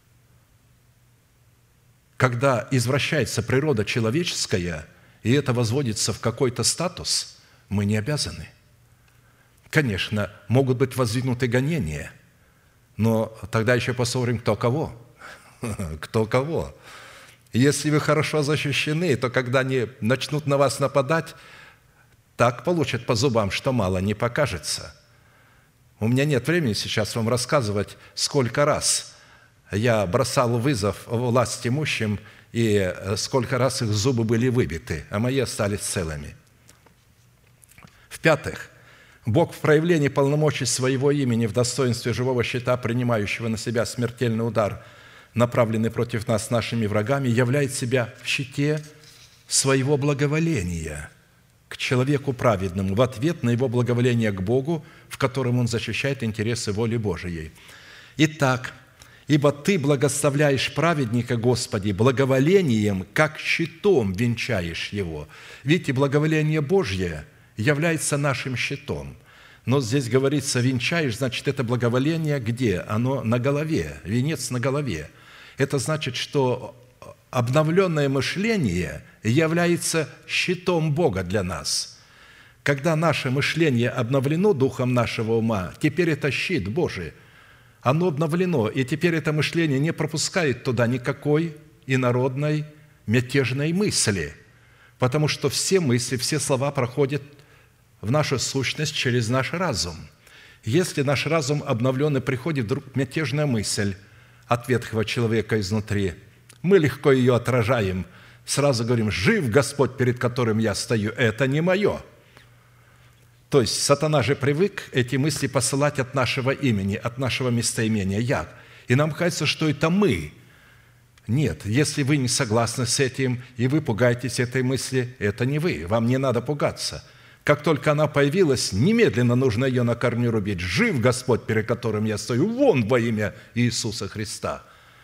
Когда извращается природа человеческая, и это возводится в какой-то статус, мы не обязаны. Конечно, могут быть воздвигнуты гонения, но тогда еще посмотрим, кто кого. Кто кого. Если вы хорошо защищены, то когда они начнут на вас нападать, так получат по зубам, что мало не покажется. У меня нет времени сейчас вам рассказывать, сколько раз я бросал вызов власть имущим, и сколько раз их зубы были выбиты, а мои остались целыми. В-пятых, Бог в проявлении полномочий своего имени в достоинстве живого щита, принимающего на себя смертельный удар, направленный против нас нашими врагами, являет себя в щите своего благоволения к человеку праведному в ответ на его благоволение к Богу, в котором он защищает интересы воли Божией. Итак, ибо Ты благословляешь праведника, Господи, благоволением, как щитом венчаешь его. Видите, благоволение Божье является нашим щитом. Но здесь говорится, венчаешь, значит, это благоволение где? Оно на голове, венец на голове. Это значит, что обновленное мышление является щитом Бога для нас. Когда наше мышление обновлено духом нашего ума, теперь это щит Божий. Оно обновлено, и теперь это мышление не пропускает туда никакой инородной, мятежной мысли, потому что все мысли, все слова проходят в нашу сущность через наш разум. Если наш разум обновлен и приходит вдруг мятежная мысль от ветхого человека изнутри, мы легко ее отражаем, сразу говорим: «Жив Господь, перед которым я стою, это не мое». То есть сатана же привык эти мысли посылать от нашего имени, от нашего местоимения «я». И нам кажется, что это мы. Нет, если вы не согласны с этим, и вы пугаетесь этой мысли, это не вы, вам не надо пугаться. Как только она появилась, немедленно нужно ее на корню рубить. «Жив Господь, перед которым я стою, вон во имя Иисуса Христа».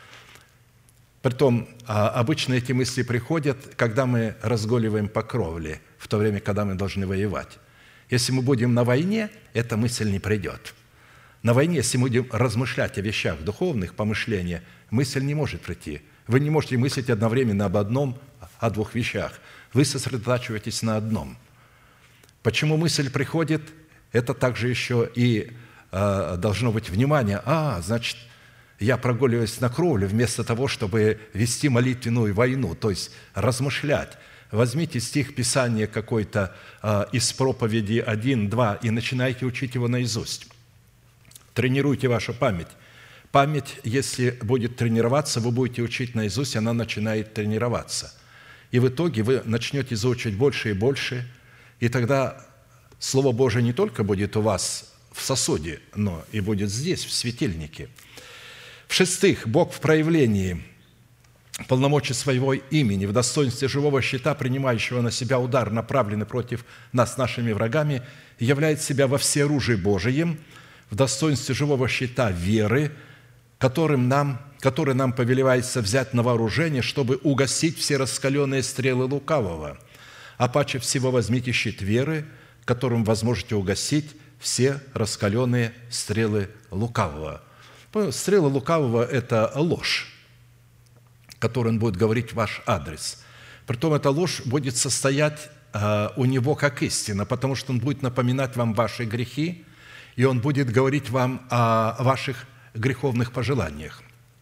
Притом, обычно эти мысли приходят, когда мы разгуливаем по кровле, в то время, когда мы должны воевать. Если мы будем на войне, эта мысль не придет. На войне, если мы будем размышлять о вещах духовных, помышления, мысль не может прийти. Вы не можете мыслить одновременно об одном, о двух вещах. Вы сосредотачиваетесь на одном. Почему мысль приходит? Это также еще и должно быть внимание. Значит, я прогуливаюсь на кровле вместо того, чтобы вести молитвенную войну, то есть размышлять. Возьмите стих Писания какой-то из проповеди 1, 2 и начинайте учить его наизусть. Тренируйте вашу память. Память, если будет тренироваться, вы будете учить наизусть, она начинает тренироваться. И в итоге вы начнете заучить больше и больше, и тогда Слово Божие не только будет у вас в сосуде, но и будет здесь, в светильнике. В-шестых, Бог в проявлении полномочий своего имени, в достоинстве живого щита, принимающего на себя удар, направленный против нас нашими врагами, являет себя во всеоружии Божием, в достоинстве живого щита веры, который нам повелевается взять на вооружение, чтобы угасить все раскаленные стрелы лукавого. А паче всего возьмите щит веры, которым вы сможете угасить все раскаленные стрелы лукавого. Стрелы лукавого – это ложь, которую он будет говорить в ваш адрес. Притом эта ложь будет состоять у него как истина, потому что он будет напоминать вам ваши грехи, и он будет говорить вам о ваших греховных пожеланиях.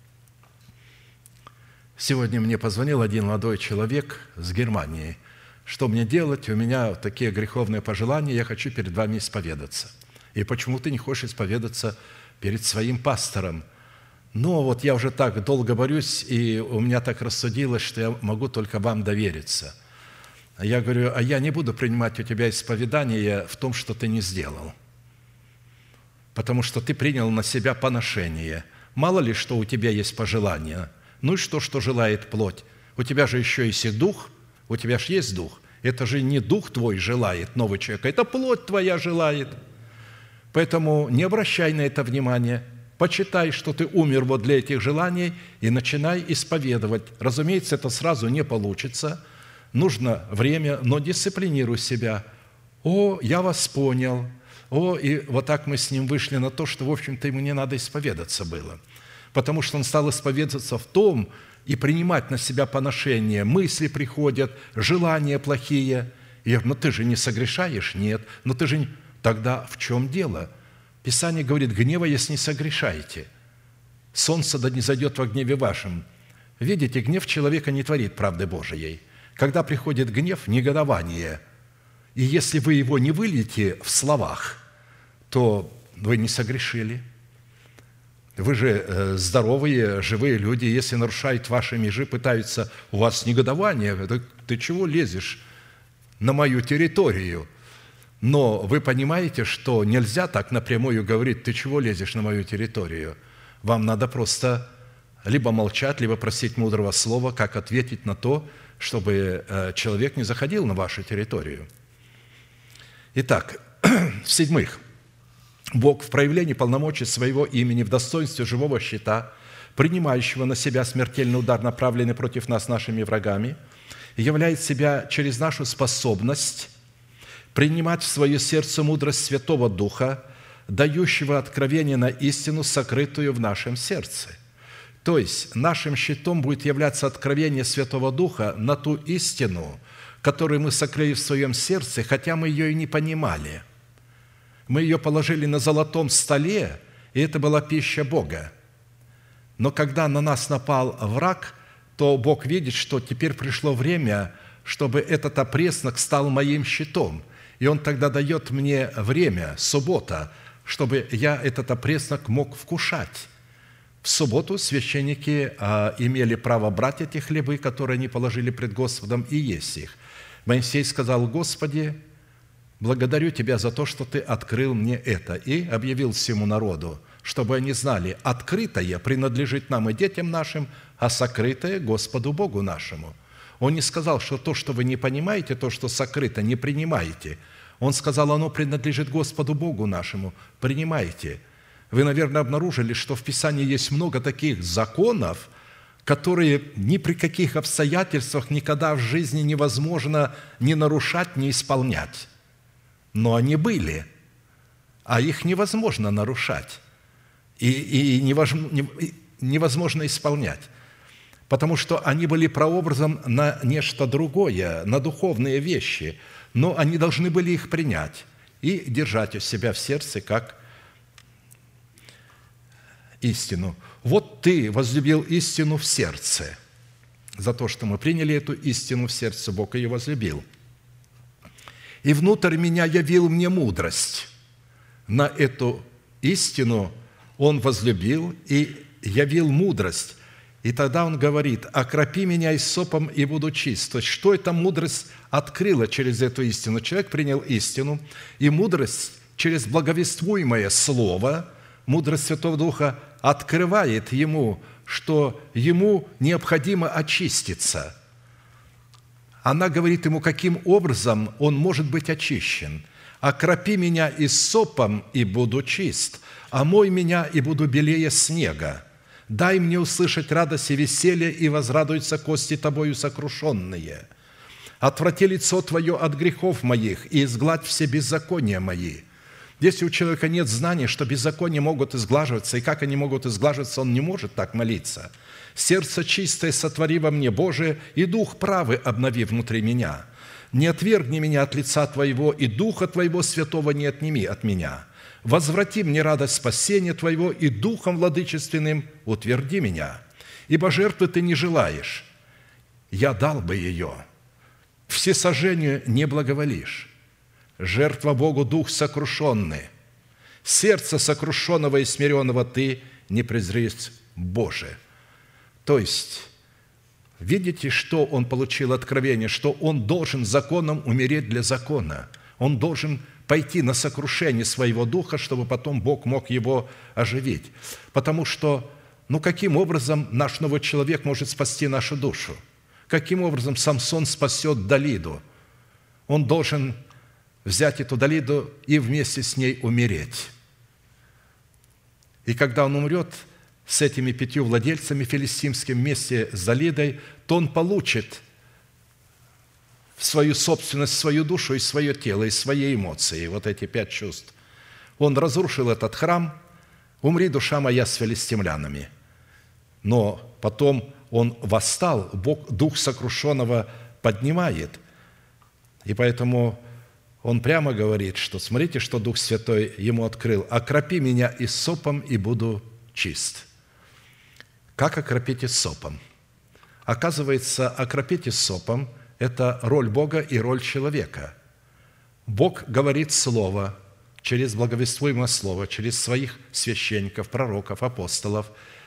Сегодня мне позвонил один молодой человек с Германии. Что мне делать? У меня такие греховные пожелания, я хочу перед вами исповедаться. И почему ты не хочешь исповедаться перед своим пастором? Ну, вот я уже так долго борюсь, и у меня так рассудилось, что я могу только вам довериться. Я говорю, а я не буду принимать у тебя исповедание в том, что ты не сделал, потому что ты принял на себя поношение. Мало ли, что у тебя есть пожелания. Ну и что желает плоть? У тебя же еще есть и дух, у тебя же есть дух. Это же не дух твой желает, новый человек, это плоть твоя желает. Поэтому не обращай на это внимания. Почитай, что ты умер вот для этих желаний, и начинай исповедовать. Разумеется, это сразу не получится. Нужно время, но дисциплинируй себя. О, я вас понял. О, и вот так мы с ним вышли на то, что, в общем-то, ему не надо исповедаться было. Потому что он стал исповедоваться в том и принимать на себя поношение. Мысли приходят, желания плохие. И я говорю, ну ты же не согрешаешь? Нет. Ну ты же не... Тогда в чем дело? Писание говорит, гневаясь не согрешайте. Солнце да не зайдет во гневе вашем. Видите, гнев человека не творит правды Божией. Когда приходит гнев, негодование, и если вы его не выльете в словах, то вы не согрешили. Вы же здоровые, живые люди. Если нарушают ваши межи, пытаются, у вас негодование, ты чего лезешь на мою территорию? Но вы понимаете, что нельзя так напрямую говорить, ты чего лезешь на мою территорию? Вам надо просто либо молчать, либо просить мудрого слова, как ответить на то, чтобы человек не заходил на вашу территорию. Итак, в-седьмых, Бог в проявлении полномочий своего имени в достоинстве живого щита, принимающего на себя смертельный удар, направленный против нас нашими врагами, являет себя через нашу способность принимать в свое сердце мудрость Святого Духа, дающего откровение на истину, сокрытую в нашем сердце. То есть нашим щитом будет являться откровение Святого Духа на ту истину, которую мы сокрыли в своем сердце, хотя мы ее и не понимали. Мы ее положили на золотом столе, и это была пища Бога. Но когда на нас напал враг, то Бог видит, что теперь пришло время, чтобы этот опреснок стал моим щитом. И Он тогда дает мне время, суббота, чтобы я этот опреснок мог вкушать. В субботу священники имели право брать эти хлебы, которые они положили пред Господом, и есть их. Моисей сказал, Господи, благодарю Тебя за то, что Ты открыл мне это, и объявил всему народу, чтобы они знали, открытое принадлежит нам и детям нашим, а сокрытое Господу Богу нашему. Он не сказал, что то, что вы не понимаете, то, что сокрыто, не принимаете. Он сказал, оно принадлежит Господу Богу нашему, принимайте. Вы, наверное, обнаружили, что в Писании есть много таких законов, которые ни при каких обстоятельствах никогда в жизни невозможно ни нарушать, ни исполнять. Но они были, а их невозможно нарушать и невозможно исполнять, потому что они были прообразом на нечто другое, на духовные вещи, но они должны были их принять и держать у себя в сердце как истину. Вот ты возлюбил истину в сердце. За то, что мы приняли эту истину в сердце, Бог ее возлюбил. И внутрь меня явил мне мудрость. На эту истину Он возлюбил и явил мудрость. И тогда Он говорит, окропи меня иссопом, и буду чист. То есть, что эта мудрость открыла через эту истину? Человек принял истину, и мудрость через благовествуемое слово, мудрость Святого Духа открывает ему что ему необходимо очиститься. Она говорит ему, каким образом он может быть очищен. «Окропи меня иссопом, и буду чист, омой меня, и буду белее снега. Дай мне услышать радость и веселье, и возрадуются кости тобою сокрушенные. Отврати лицо твое от грехов моих, и изгладь все беззакония мои». Если у человека нет знания, что беззакония могут изглаживаться, и как они могут изглаживаться, он не может так молиться. «Сердце чистое сотвори во мне, Боже, и дух правый обнови внутри меня. Не отвергни меня от лица Твоего, и Духа Твоего Святого не отними от меня. Возврати мне радость спасения Твоего, и Духом владычественным утверди меня. Ибо жертвы Ты не желаешь, я дал бы ее. Всесожжению не благоволишь. Жертва Богу дух сокрушенный. Сердце сокрушенного и смиренного Ты не презришь, Боже». То есть, видите, что он получил откровение, что он должен законом умереть для закона. Он должен пойти на сокрушение своего духа, чтобы потом Бог мог его оживить. Потому что, каким образом наш новый человек может спасти нашу душу? Каким образом Самсон спасет Далиду? Он должен взять эту Далиду и вместе с ней умереть. И когда он умрет с этими 5 владельцами филистимскими вместе с Далидой, то он получит в свою собственность, свою душу и свое тело, и свои эмоции, вот эти 5 чувств. Он разрушил этот храм, умри, душа моя, с филистимлянами. Но потом он восстал, Бог дух сокрушенного поднимает. И поэтому он прямо говорит, что смотрите, что Дух Святой ему открыл: «Окропи меня иссопом, и буду чист». Как окропить иссопом? Оказывается, окропить иссопом – это роль Бога и роль человека. Бог говорит Слово через благовествуемое Слово, через своих священников, пророков, апостолов.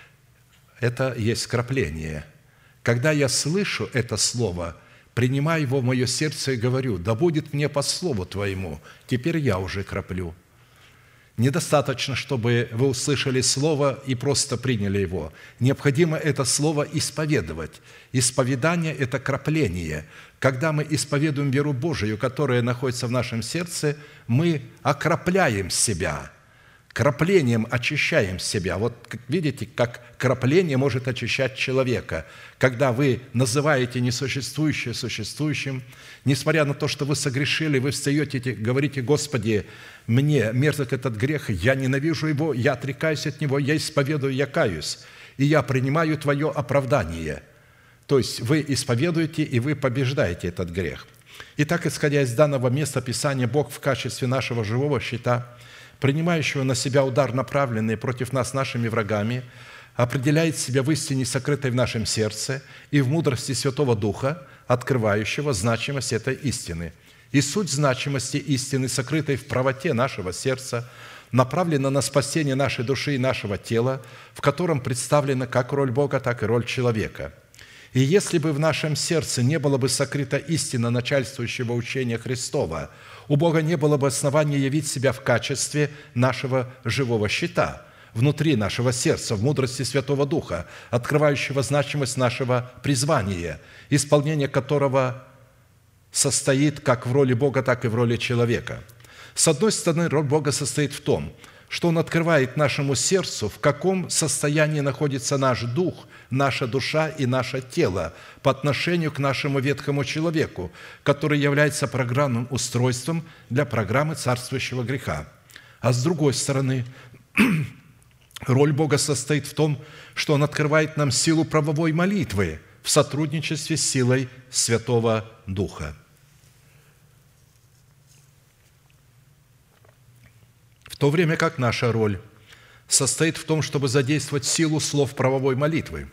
Это есть кропление. Когда я слышу это Слово, принимаю его в мое сердце и говорю: «Да будет мне по Слову Твоему, теперь я уже кроплю». Недостаточно, чтобы вы услышали Слово и просто приняли его. Необходимо это Слово исповедовать. Исповедание – это кропление. Когда мы исповедуем веру Божию, которая находится в нашем сердце, мы окропляем себя. Кроплением очищаем себя. Вот видите, как кропление может очищать человека. Когда вы называете несуществующее существующим, несмотря на то, что вы согрешили, вы встаете и говорите: «Господи, мне мерзок этот грех, я ненавижу его, я отрекаюсь от него, я исповедую, я каюсь, и я принимаю Твое оправдание». То есть вы исповедуете, и вы побеждаете этот грех. Итак, исходя из данного места Писания, Бог в качестве нашего живого щита, принимающего на себя удар, направленный против нас нашими врагами, определяет себя в истине, сокрытой в нашем сердце, и в мудрости Святого Духа, открывающего значимость этой истины. И суть значимости истины, сокрытой в правоте нашего сердца, направлена на спасение нашей души и нашего тела, в котором представлена как роль Бога, так и роль человека. И если бы в нашем сердце не было бы сокрыта истина начальствующего учения Христова, у Бога не было бы основания явить себя в качестве нашего живого щита, внутри нашего сердца, в мудрости Святого Духа, открывающего значимость нашего призвания, исполнение которого состоит как в роли Бога, так и в роли человека. С одной стороны, роль Бога состоит в том, что Он открывает нашему сердцу, в каком состоянии находится наш дух, наша душа и наше тело по отношению к нашему ветхому человеку, который является программным устройством для программы царствующего греха. А с другой стороны, роль Бога состоит в том, что Он открывает нам силу правовой молитвы в сотрудничестве с силой Святого Духа. В то время как наша роль состоит в том, чтобы задействовать силу слов правовой молитвы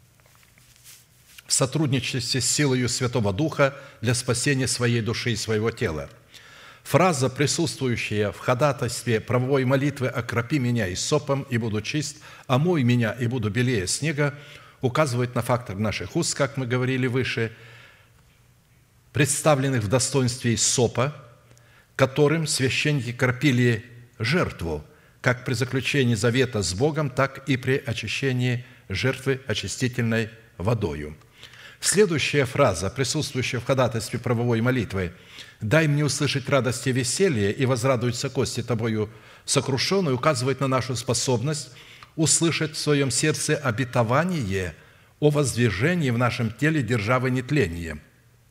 в сотрудничестве с силой Святого Духа для спасения своей души и своего тела. Фраза, присутствующая в ходатайстве правовой молитвы «Окропи меня иссопом, и буду чист, омой меня, и буду белее снега», указывает на фактор наших уст, как мы говорили выше, представленных в достоинстве иссопа, которым священники кропили жертву, как при заключении завета с Богом, так и при очищении жертвы очистительной водою». Следующая фраза, присутствующая в ходатайстве правовой молитвы: «Дай мне услышать радость и веселье, и возрадуются кости тобою сокрушенные», указывает на нашу способность услышать в своем сердце обетование о воздвижении в нашем теле державы нетления.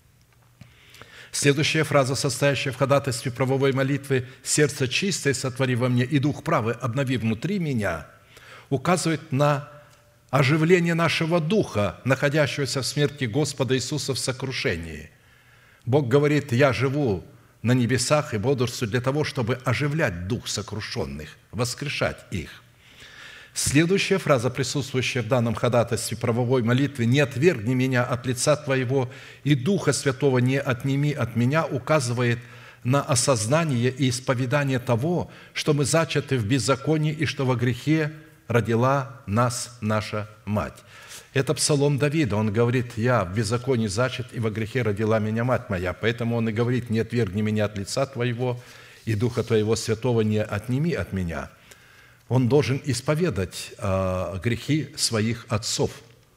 Следующая фраза, состоящая в ходатайстве правовой молитвы: «Сердце чистое сотвори во мне, и дух правый обнови внутри меня», указывает на оживление нашего духа, находящегося в смерти Господа Иисуса в сокрушении. Бог говорит: «Я живу на небесах и бодрствую для того, чтобы оживлять дух сокрушенных, воскрешать их». Следующая фраза, присутствующая в данном ходатайстве правовой молитвы: «Не отвергни меня от лица Твоего, и Духа Святого не отними от меня», указывает на осознание и исповедание того, что мы зачаты в беззаконии и что во грехе родила нас наша мать. Это псалом Давида. Он говорит: «Я в беззаконии зачат, и во грехе родила меня мать моя». Поэтому он и говорит: «Не отвергни меня от лица Твоего, и Духа Твоего Святого не отними от меня». Он должен исповедать грехи своих отцов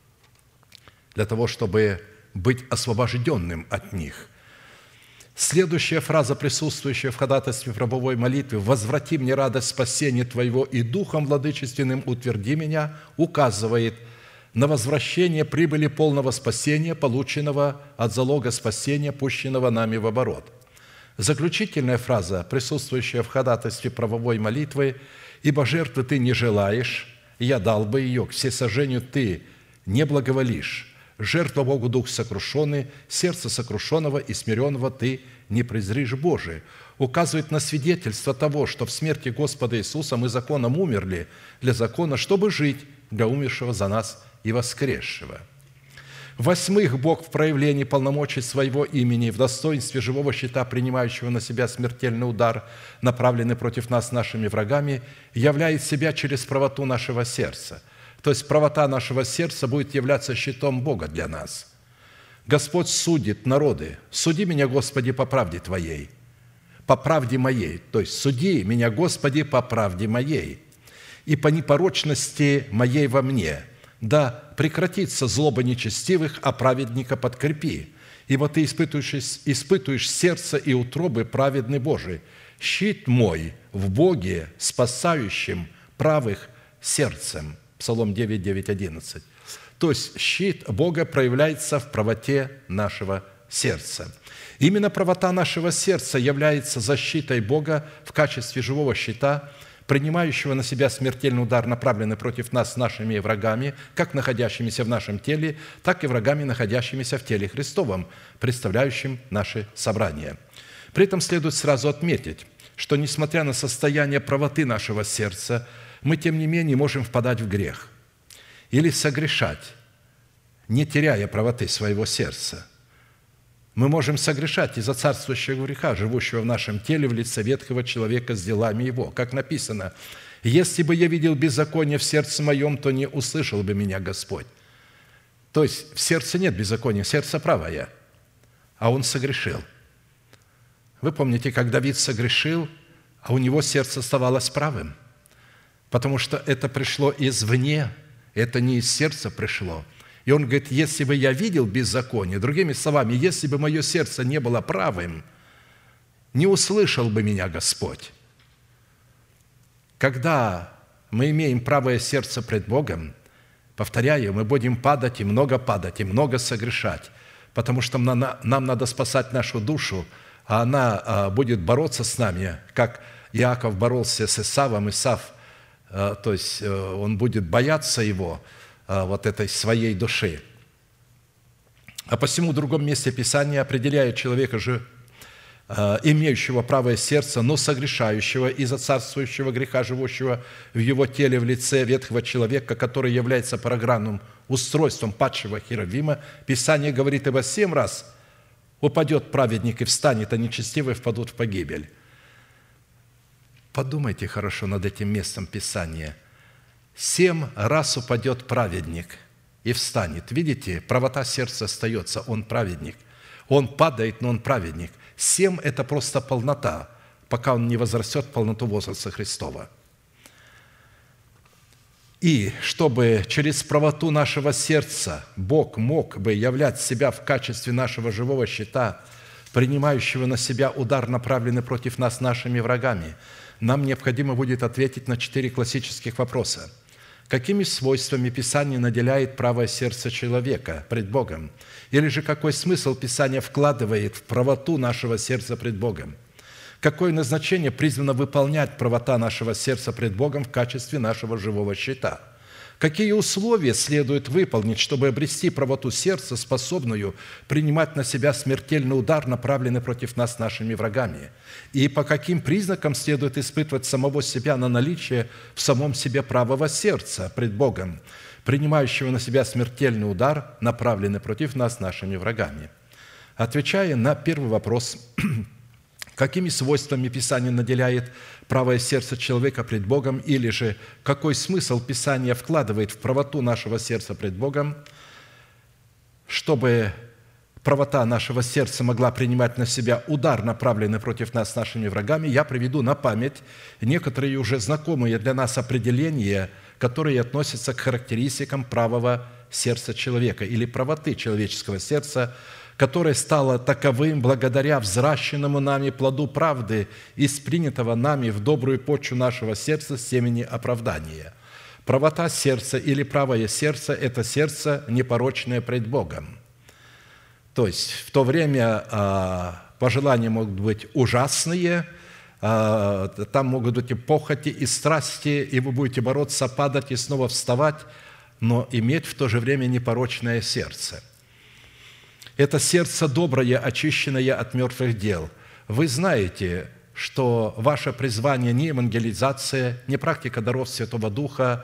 для того, чтобы быть освобожденным от них. Следующая фраза, присутствующая в ходатайстве правовой молитвы: «Возврати мне радость спасения Твоего, и духом владычественным утверди меня», указывает на возвращение прибыли полного спасения, полученного от залога спасения, пущенного нами в оборот. Заключительная фраза, присутствующая в ходатайстве правовой молитвы: «Ибо жертвы ты не желаешь, я дал бы ее, к всесожжению ты не благоволишь. Жертва Богу дух сокрушенный, сердце сокрушенного и смиренного ты не презришь, Божие», указывает на свидетельство того, что в смерти Господа Иисуса мы законом умерли для закона, чтобы жить для умершего за нас и воскресшего. Восьмых, Бог в проявлении полномочий Своего имени, в достоинстве живого щита, принимающего на себя смертельный удар, направленный против нас нашими врагами, являет себя через правоту нашего сердца. То есть правота нашего сердца будет являться щитом Бога для нас. Господь судит народы. «Суди меня, Господи, по правде Твоей, по правде моей». То есть «Суди меня, Господи, по правде моей и по непорочности моей во мне. Да прекратится злоба нечестивых, а праведника подкрепи. Ибо ты испытуешь сердце и утробы праведный Божий. Щит мой в Боге, спасающим правых сердцем». Псалом 9, 9, 11. То есть щит Бога проявляется в правоте нашего сердца. Именно правота нашего сердца является защитой Бога в качестве живого щита, принимающего на себя смертельный удар, направленный против нас нашими врагами, как находящимися в нашем теле, так и врагами, находящимися в теле Христовом, представляющим наши собрания. При этом следует сразу отметить, что, несмотря на состояние правоты нашего сердца, мы, тем не менее, можем впадать в грех или согрешать, не теряя правоты своего сердца. Мы можем согрешать из-за царствующего греха, живущего в нашем теле в лице ветхого человека с делами его. Как написано: «Если бы я видел беззаконие в сердце моем, то не услышал бы меня Господь». То есть в сердце нет беззакония, сердце правое, а он согрешил. Вы помните, как Давид согрешил, а у него сердце оставалось правым, потому что это пришло извне, это не из сердца пришло. И он говорит: если бы я видел беззаконие, другими словами, если бы мое сердце не было правым, не услышал бы меня Господь. Когда мы имеем правое сердце пред Богом, повторяю, мы будем падать, и много согрешать, потому что нам надо спасать нашу душу, а она будет бороться с нами, как Иаков боролся с Исавом. Исав, то есть он будет бояться его, вот этой своей души. А посему в другом месте Писания определяет человека же, имеющего правое сердце, но согрешающего из-за царствующего греха, живущего в его теле в лице ветхого человека, который является программным устройством падшего Херувима. Писание говорит: «Ибо 7 раз упадет праведник и встанет, а нечестивые впадут в погибель». Подумайте хорошо над этим местом Писания. 7 раз упадет праведник и встанет. Видите, правота сердца остается, он праведник. Он падает, но он праведник. 7 – это просто полнота, пока он не возрастет в полноту возраста Христова. И чтобы через правоту нашего сердца Бог мог бы являть себя в качестве нашего живого щита, принимающего на себя удар, направленный против нас нашими врагами, нам необходимо будет ответить на 4 классических вопроса. Какими свойствами Писание наделяет правое сердце человека пред Богом? Или же какой смысл Писание вкладывает в правоту нашего сердца пред Богом? Какое назначение призвано выполнять правота нашего сердца пред Богом в качестве нашего живого щита? Какие условия следует выполнить, чтобы обрести правоту сердца, способную принимать на себя смертельный удар, направленный против нас нашими врагами? И по каким признакам следует испытывать самого себя на наличие в самом себе правого сердца пред Богом, принимающего на себя смертельный удар, направленный против нас нашими врагами? Отвечая на первый вопрос, какими свойствами Писание наделяет правое сердце человека пред Богом, или же какой смысл Писание вкладывает в правоту нашего сердца пред Богом, чтобы правота нашего сердца могла принимать на себя удар, направленный против нас нашими врагами, я приведу на память некоторые уже знакомые для нас определения, которые относятся к характеристикам правого сердца человека или правоты человеческого сердца, которое стало таковым благодаря взращенному нами плоду правды из принятого нами в добрую почву нашего сердца семени оправдания. Правота сердца или правое сердце – это сердце непорочное пред Богом. То есть в то время пожелания могут быть ужасные, там могут быть и похоти, и страсти, и вы будете бороться, падать и снова вставать, но иметь в то же время непорочное сердце. Это сердце доброе, очищенное от мертвых дел. Вы знаете, что ваше призвание не евангелизация, не практика даров Святого Духа,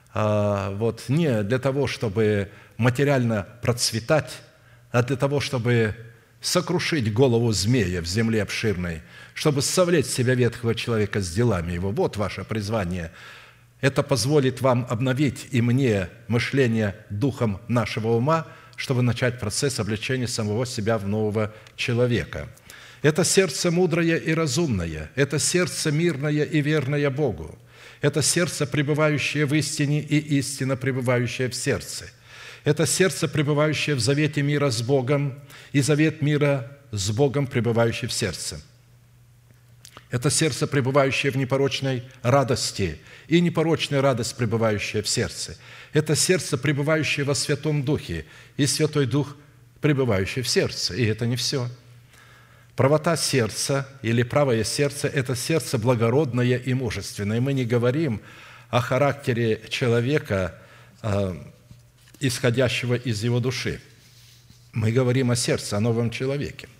не для того, чтобы материально процветать, а для того, чтобы сокрушить голову змея в земле обширной, чтобы совлечь себя ветхого человека с делами его. Вот ваше призвание. Это позволит вам обновить и мне мышление духом нашего ума, чтобы начать процесс облечения самого себя в нового человека. Это сердце мудрое и разумное, это сердце мирное и верное Богу, это сердце, пребывающее в истине и истинно пребывающее в сердце. Это сердце, пребывающее в завете мира с Богом, и завет мира с Богом, пребывающий в сердце. Это сердце, пребывающее в непорочной радости, и непорочная радость, пребывающая в сердце. Это сердце, пребывающее во Святом Духе, и Святой Дух, пребывающий в сердце. И это не все. Правота сердца или правое сердце – это сердце благородное и мужественное. Мы не говорим о характере человека, исходящего из его души. Мы говорим о сердце, о новом человеке.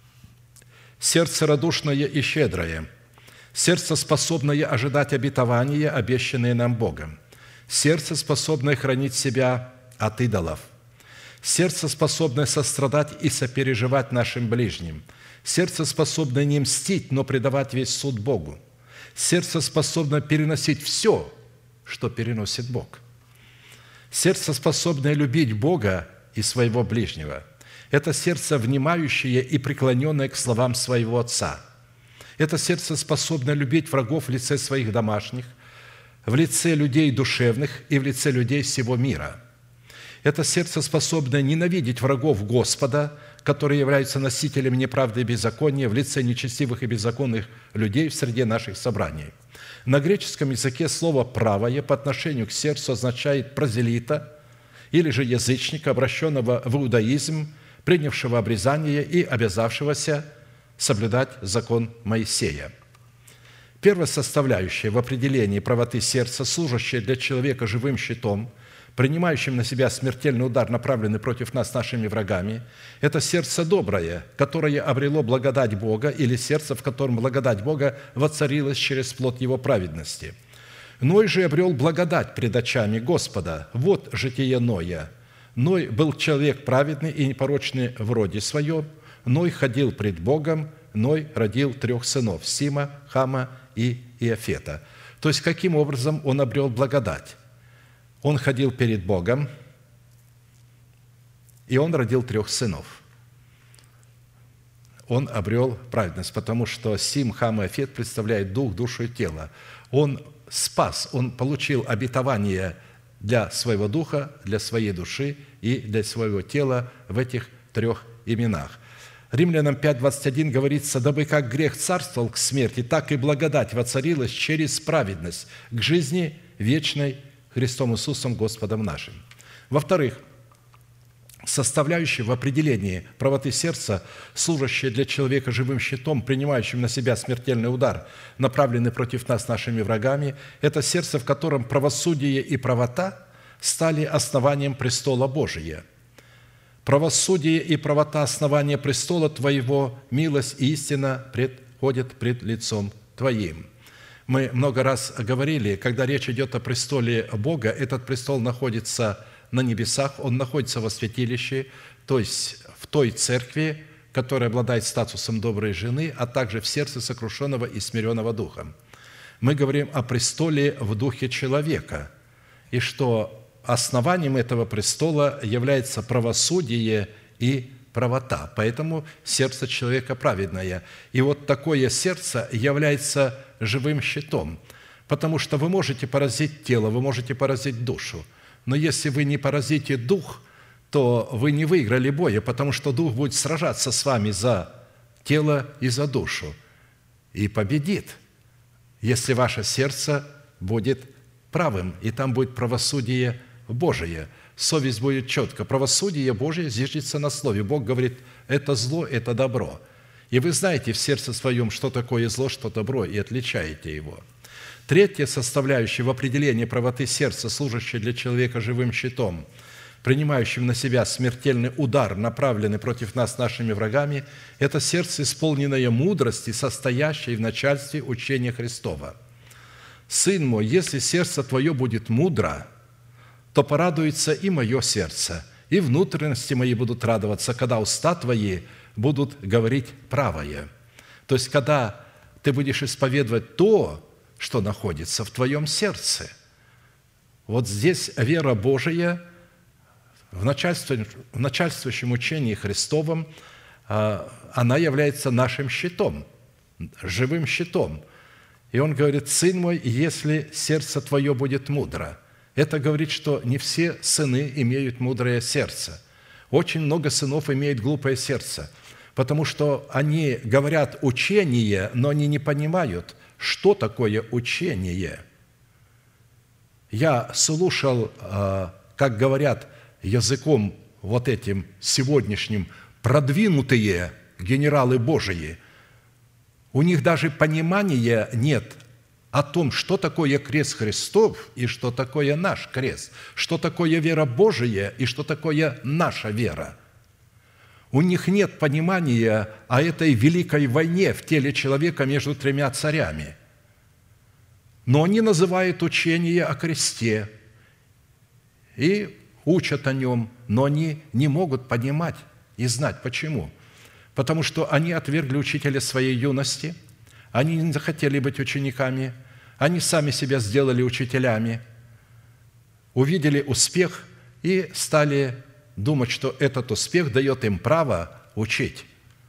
Сердце радушное и щедрое, сердце, способное ожидать обетования, обещанные нам Богом, сердце, способное хранить себя от идолов, сердце, способное сострадать и сопереживать нашим ближним, сердце, способное не мстить, но предавать весь суд Богу, сердце, способное переносить все, что переносит Бог, сердце, способное любить Бога и своего ближнего. Это сердце, внимающее и преклоненное к словам своего Отца. Это сердце, способное любить врагов в лице своих домашних, в лице людей душевных и в лице людей всего мира. Это сердце, способное ненавидеть врагов Господа, которые являются носителями неправды и беззакония в лице нечестивых и беззаконных людей в среде наших собраний. На греческом языке слово «правое» по отношению к сердцу означает прозелита или же язычника, обращенного в иудаизм, принявшего обрезание и обязавшегося соблюдать закон Моисея. Первая составляющая в определении правоты сердца, служащая для человека живым щитом, принимающим на себя смертельный удар, направленный против нас нашими врагами, это сердце доброе, которое обрело благодать Бога, или сердце, в котором благодать Бога воцарилась через плод Его праведности. Ной же обрел благодать пред очами Господа. Вот житие Ноя. Ной был человек праведный и непорочный в роде своем. Ной ходил пред Богом. Ной родил 3 сынов – Сима, Хама и Иофета. То есть, каким образом он обрел благодать? Он ходил перед Богом, и он родил 3 сынов. он обрел праведность, потому что Сим, Хам и Афет представляет дух, душу и тело. Он спас, он получил обетование для своего духа, для своей души и для своего тела в этих трех именах. Римлянам 5:21 говорится: «Дабы как грех царствовал к смерти, так и благодать воцарилась через праведность к жизни вечной Христом Иисусом Господом нашим». Во-вторых, составляющей в определении правоты сердца, служащей для человека живым щитом, принимающим на себя смертельный удар, направленный против нас нашими врагами, это сердце, в котором правосудие и правота стали основанием престола Божия. Правосудие и правота основания престола Твоего, милость и истина предходят пред лицом Твоим. Мы много раз говорили, когда речь идет о престоле Бога, этот престол находится на небесах, он находится во святилище, то есть в той церкви, которая обладает статусом доброй жены, а также в сердце сокрушенного и смиренного духом. Мы говорим о престоле в духе человека, и что основанием этого престола является правосудие и правота. Поэтому сердце человека праведное. И вот такое сердце является живым щитом, потому что вы можете поразить тело, вы можете поразить душу, но если вы не поразите дух, то вы не выиграли боя, потому что дух будет сражаться с вами за тело и за душу и победит, если ваше сердце будет правым, и там будет правосудие Божие. Совесть будет четко. Правосудие Божие зиждется на слове. Бог говорит: это зло, это добро. И вы знаете в сердце своем, что такое зло, что добро, и отличаете его. Третья составляющая в определении правоты сердца, служащая для человека живым щитом, принимающим на себя смертельный удар, направленный против нас нашими врагами, это сердце, исполненное мудрости, состоящее в начальстве учения Христова. «Сын мой, если сердце твое будет мудро, то порадуется и мое сердце, и внутренности мои будут радоваться, когда уста твои будут говорить правое». То есть, когда ты будешь исповедовать то, что находится в твоем сердце. Вот здесь вера Божия в начальствующем учении Христовом, она является нашим щитом, живым щитом. И он говорит: «Сын мой, если сердце твое будет мудро». Это говорит, что не все сыны имеют мудрое сердце. Очень много сынов имеют глупое сердце, потому что они говорят учение, но они не понимают, что такое учение. Я слушал, как говорят языком вот этим сегодняшним продвинутые генералы Божии. У них даже понимания нет о том, что такое крест Христов и что такое наш крест, что такое вера Божия и что такое наша вера. У них нет понимания о этой великой войне в теле человека между тремя царями. Но они называют учение о кресте и учат о нем, но они не могут понимать и знать. Почему? Потому что они отвергли учителя своей юности, они не захотели быть учениками, они сами себя сделали учителями, увидели успех и стали думать, что этот успех дает им право учить.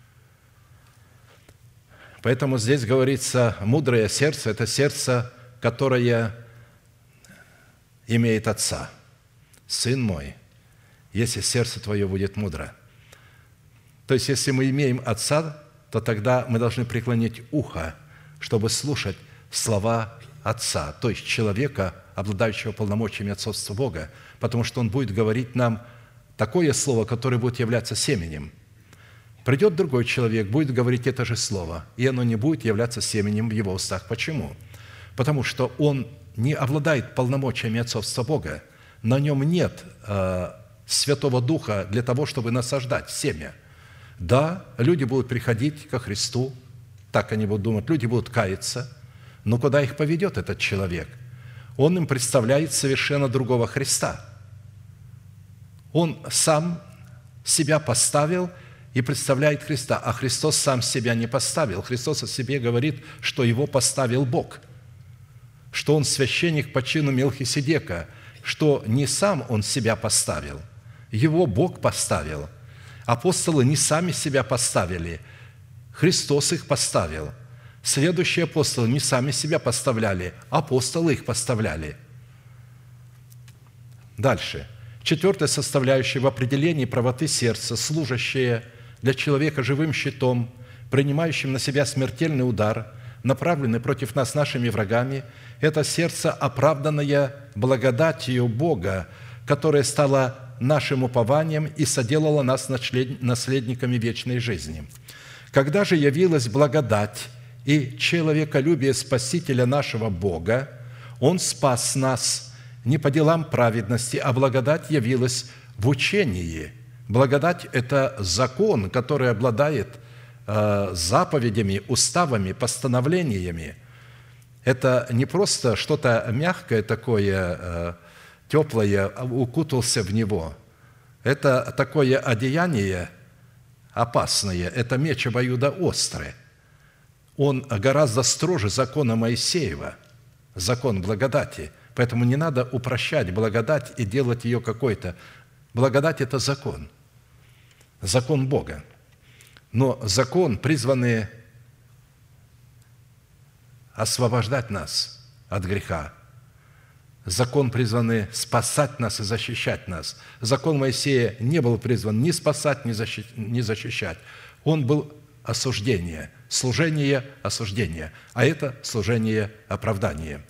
Поэтому здесь говорится, мудрое сердце – это сердце, которое имеет Отца. «Сын мой, если сердце твое будет мудро». То есть, если мы имеем Отца, то тогда мы должны преклонить ухо, чтобы слушать слова Отца, то есть человека, обладающего полномочиями отцовства Бога, потому что Он будет говорить нам такое слово, которое будет являться семенем. Придет другой человек, будет говорить это же слово, и оно не будет являться семенем в его устах. Почему? Потому что он не обладает полномочиями отцовства Бога, на нем нет Святого Духа для того, чтобы насаждать семя. Да, люди будут приходить ко Христу, так они будут думать, люди будут каяться, но куда их поведет этот человек? Он им представляет совершенно другого Христа. Он сам себя поставил и представляет Христа, а Христос сам себя не поставил. Христос о себе говорит, что его поставил Бог, что он священник по чину Мелхиседека, что не сам он себя поставил, его Бог поставил. Апостолы не сами себя поставили, Христос их поставил. Следующие апостолы не сами себя поставляли, апостолы их поставляли. Дальше. Четвертая составляющая в определении правоты сердца, служащее для человека живым щитом, принимающим на себя смертельный удар, направленный против нас нашими врагами, это сердце, оправданное благодатью Бога, которое стало нашим упованием и соделало нас наследниками вечной жизни. Когда же явилась благодать и человеколюбие Спасителя нашего Бога, Он спас нас не по делам праведности, а благодать явилась в учении. Благодать – это закон, который обладает заповедями, уставами, постановлениями. Это не просто что-то мягкое такое, теплое, укутался в него. Это такое одеяние опасное, это меч обоюдоострый. Он гораздо строже закона Моисеева, закон благодати. Поэтому не надо упрощать благодать и делать ее какой-то. Благодать – это закон Бога. Но закон, призванный освобождать нас от греха. Закон, призванный спасать нас и защищать нас. Закон Моисея не был призван ни спасать, ни защищать. Он был осуждение, служение осуждения, а это служение оправдания.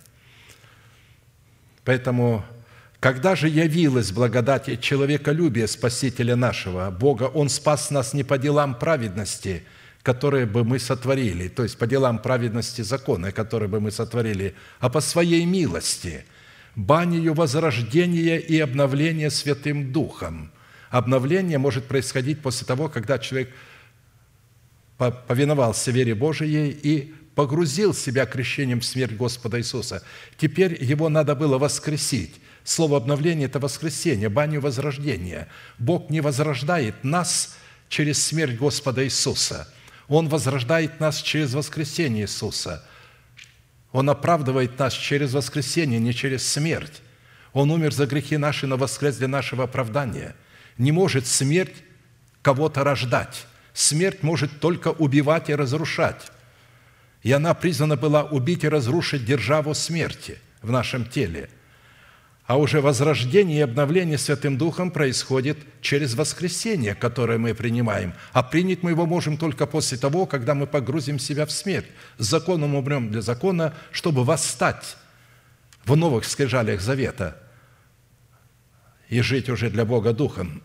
Поэтому, когда же явилась благодать и человеколюбие Спасителя нашего, Бога, Он спас нас не по делам праведности, которые бы мы сотворили, то есть по делам праведности закона, которые бы мы сотворили, а по Своей милости, банию возрождения и обновления Святым Духом. Обновление может происходить после того, когда человек повиновался вере Божией и погрузил себя крещением в смерть Господа Иисуса. Теперь его надо было воскресить. Слово «обновление» – это воскресение, баню возрождения. Бог не возрождает нас через смерть Господа Иисуса. Он возрождает нас через воскресение Иисуса. Он оправдывает нас через воскресение, не через смерть. Он умер за грехи наши, но воскрес для нашего оправдания. Не может смерть кого-то рождать. Смерть может только убивать и разрушать. И она призвана была убить и разрушить державу смерти в нашем теле. А уже возрождение и обновление Святым Духом происходит через воскресение, которое мы принимаем. А принять мы его можем только после того, когда мы погрузим себя в смерть. С законом умрем для закона, чтобы восстать в новых скрижалях завета и жить уже для Бога Духом,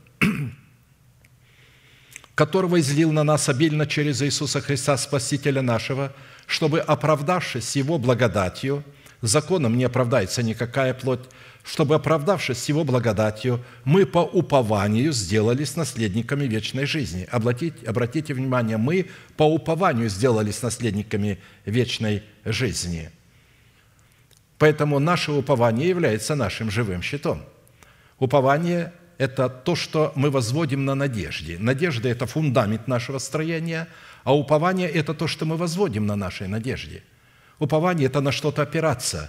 которого излил на нас обильно через Иисуса Христа, Спасителя нашего, чтобы, оправдавшись Его благодатью, законом не оправдается никакая плоть, чтобы, оправдавшись Его благодатью, мы по упованию сделались наследниками вечной жизни. Обратите внимание, мы по упованию сделались наследниками вечной жизни. Поэтому наше упование является нашим живым щитом. Упование – это то, что мы возводим на надежде. Надежда – это фундамент нашего строения, а упование – это то, что мы возводим на нашей надежде. Упование – это на что-то опираться.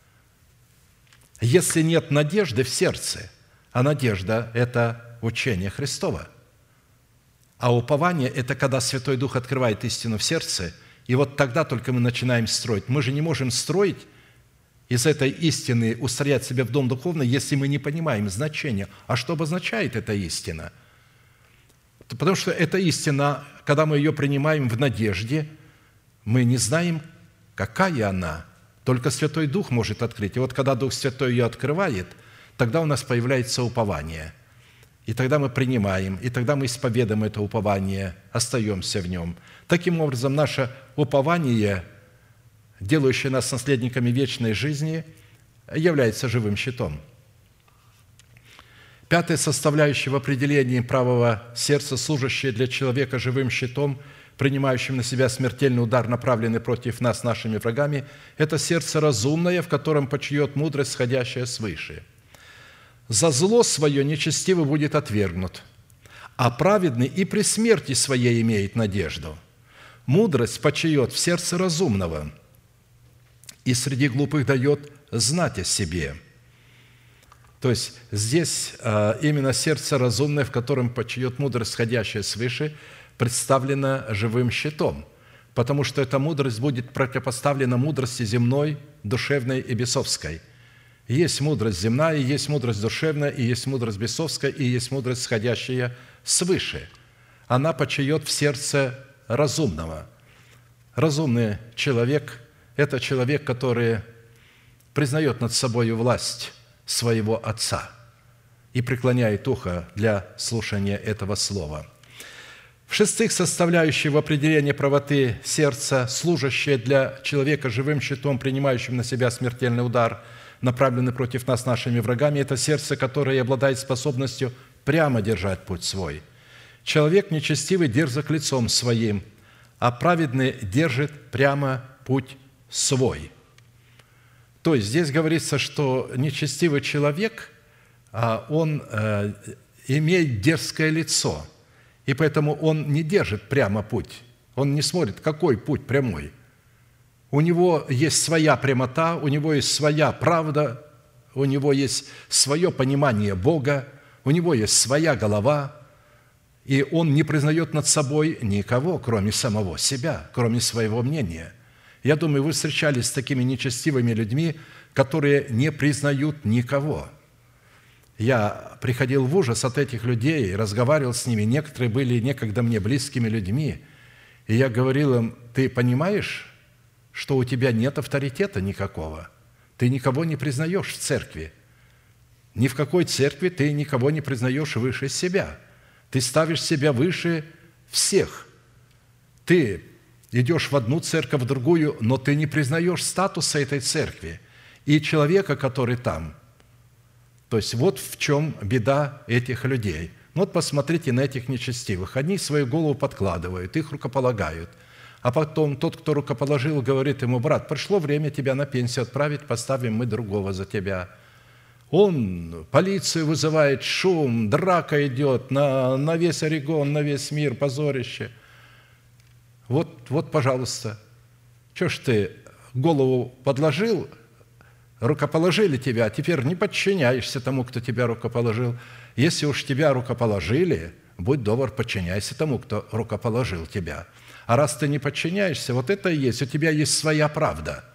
Если нет надежды в сердце, а надежда – это учение Христово, а упование – это когда Святой Дух открывает истину в сердце, и вот тогда только мы начинаем строить. Мы же не можем строить из этой истины, устроять себя в дом духовный, если мы не понимаем значения. А что обозначает эта истина? Потому что эта истина, когда мы ее принимаем в надежде, мы не знаем, какая она. Только Святой Дух может открыть. И вот когда Дух Святой ее открывает, тогда у нас появляется упование. И тогда мы принимаем, и тогда мы исповедуем это упование, остаемся в нем. Таким образом, наше упование, делающее нас наследниками вечной жизни, является живым щитом. Пятая составляющая в определении правого сердца, служащее для человека живым щитом, принимающим на себя смертельный удар, направленный против нас нашими врагами, это сердце разумное, в котором почиет мудрость, сходящая свыше. За зло свое нечестивый будет отвергнут, а праведный и при смерти своей имеет надежду. Мудрость почиет в сердце разумного, и среди глупых дает знать о себе». То есть здесь именно сердце разумное, в котором почиет мудрость, сходящая свыше, представлена живым щитом, потому что эта мудрость будет противопоставлена мудрости земной, душевной и бесовской. Есть мудрость земная, есть мудрость душевная, и есть мудрость бесовская, и есть мудрость, сходящая свыше. Она почиет в сердце разумного. Разумный человек – это человек, который признает над собой власть своего Отца и преклоняет ухо для слушания этого слова. В-шестых, составляющей в определении правоты сердца, служащее для человека живым щитом, принимающим на себя смертельный удар, направленный против нас нашими врагами, это сердце, которое обладает способностью прямо держать путь свой. Человек нечестивый дерзок лицом своим, а праведный держит прямо путь свой. То есть здесь говорится, что нечестивый человек, он имеет дерзкое лицо, и поэтому он не держит прямо путь. Он не смотрит, какой путь прямой. У него есть своя прямота, у него есть своя правда, у него есть свое понимание Бога, у него есть своя голова, и он не признает над собой никого, кроме самого себя, кроме своего мнения. Я думаю, вы встречались с такими нечестивыми людьми, которые не признают никого. Я приходил в ужас от этих людей, разговаривал с ними. Некоторые были некогда мне близкими людьми. И я говорил им: ты понимаешь, что у тебя нет авторитета никакого? Ты никого не признаешь в церкви. Ни в какой церкви ты никого не признаешь выше себя. Ты ставишь себя выше всех. Ты идешь в одну церковь, в другую, но ты не признаешь статуса этой церкви и человека, который там. То есть вот в чем беда этих людей. Ну вот посмотрите на этих нечестивых. Одни свою голову подкладывают, их рукополагают. А потом тот, кто рукоположил, говорит ему: брат, пришло время тебя на пенсию отправить, поставим мы другого за тебя. Он полицию вызывает, шум, драка идет на весь Орегон, на весь мир, позорище. Вот, пожалуйста, что ж ты голову подложил, рукоположили тебя, а теперь не подчиняешься тому, кто тебя рукоположил. Если уж тебя рукоположили, будь добр, подчиняйся тому, кто рукоположил тебя. А раз ты не подчиняешься, вот это и есть, у тебя есть своя правда.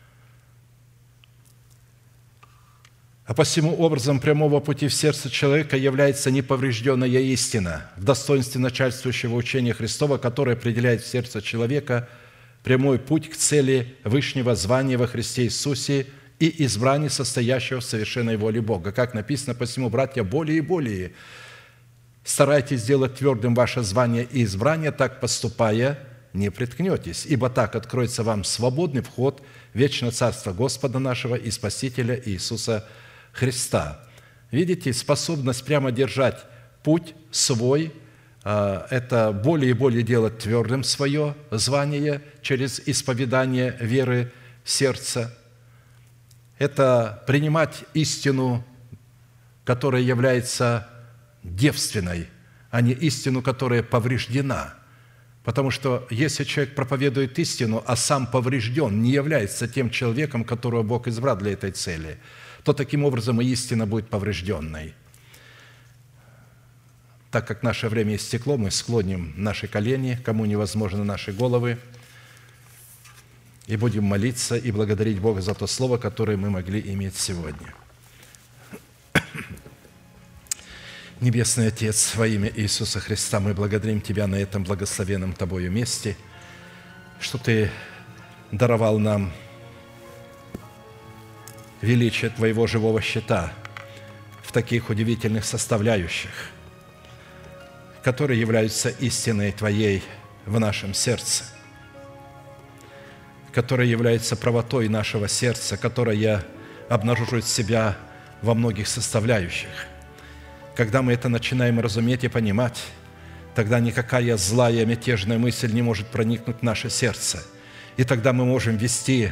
А посему образом прямого пути в сердце человека является неповрежденная истина в достоинстве начальствующего учения Христова, которое определяет в сердце человека прямой путь к цели вышнего звания во Христе Иисусе и избрания, состоящего в совершенной воле Бога. Как написано: посему, братья, более и более старайтесь сделать твердым ваше звание и избрание, так поступая, не приткнетесь, ибо так откроется вам свободный вход в вечное Царство Господа нашего и Спасителя Иисуса Христа. Видите, способность прямо держать путь свой, это более и более делать твердым свое звание через исповедание веры сердца. Это принимать истину, которая является девственной, а не истину, которая повреждена. Потому что если человек проповедует истину, а сам поврежден, не является тем человеком, которого Бог избрал для этой цели, то таким образом и истина будет поврежденной. Так как наше время истекло, мы склоним наши колени, кому невозможно наши головы, и будем молиться и благодарить Бога за то слово, которое мы могли иметь сегодня. Небесный Отец, во имя Иисуса Христа, мы благодарим Тебя на этом благословенном Тобою месте, что Ты даровал нам величие Твоего живого щита в таких удивительных составляющих, которые являются истиной Твоей в нашем сердце, которая является правотой нашего сердца, которая обнаруживает себя во многих составляющих. Когда мы это начинаем разуметь и понимать, тогда никакая злая, мятежная мысль не может проникнуть в наше сердце. И тогда мы можем вести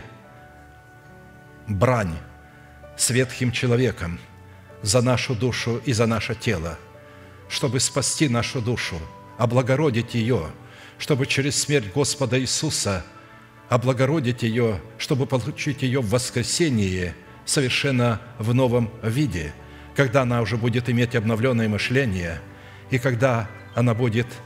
брань с ветхим человеком за нашу душу и за наше тело, чтобы спасти нашу душу, облагородить ее, чтобы через смерть Господа Иисуса облагородить ее, чтобы получить ее в воскресении совершенно в новом виде, когда она уже будет иметь обновленное мышление, и когда она будет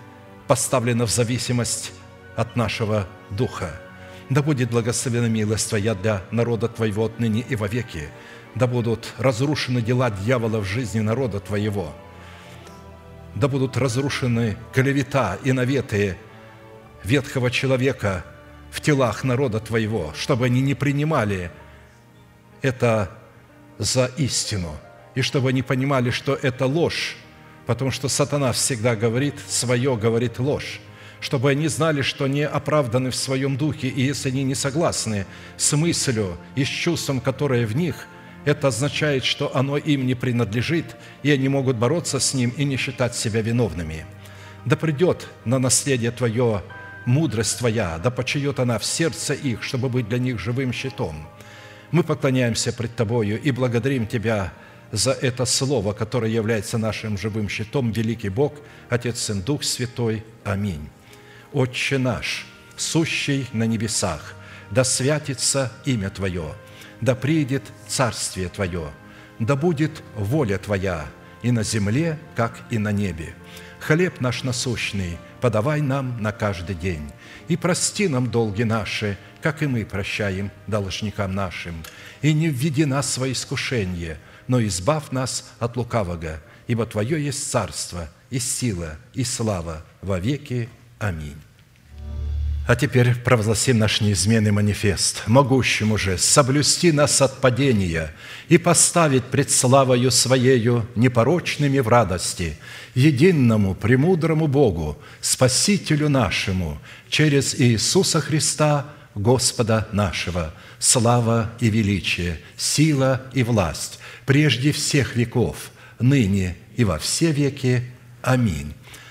поставлена в зависимость от нашего духа. Да будет благословена милость Твоя для народа Твоего отныне и вовеки. Да будут разрушены дела дьявола в жизни народа Твоего. Да будут разрушены клевета и наветы ветхого человека в телах народа Твоего, чтобы они не принимали это за истину, и чтобы они понимали, что это ложь, потому что сатана всегда говорит свое, говорит ложь, чтобы они знали, что они оправданы в своем духе, и если они не согласны с мыслью и с чувством, которое в них, это означает, что оно им не принадлежит, и они могут бороться с ним и не считать себя виновными. Да придет на наследие Твое мудрость Твоя, да почиет она в сердце их, чтобы быть для них живым щитом. Мы поклоняемся пред Тобою и благодарим Тебя за это Слово, которое является нашим живым щитом, великий Бог, Отец, Сын, Дух Святой. Аминь. Отче наш, сущий на небесах, да святится имя Твое, да придет царствие Твое, да будет воля Твоя и на земле, как и на небе. Хлеб наш насущный подавай нам на каждый день, и прости нам долги наши, как и мы прощаем должникам нашим. И не введи нас во искушение, но избавь нас от лукавого, ибо Твое есть царство, и сила, и слава во веки. Аминь. А теперь провозгласим наш неизменный манифест. Могущему же соблюсти нас от падения и поставить пред славою Своею непорочными в радости, единому, премудрому Богу, Спасителю нашему, через Иисуса Христа, Господа нашего, слава и величие, сила и власть, прежде всех веков, ныне и во все веки. Аминь.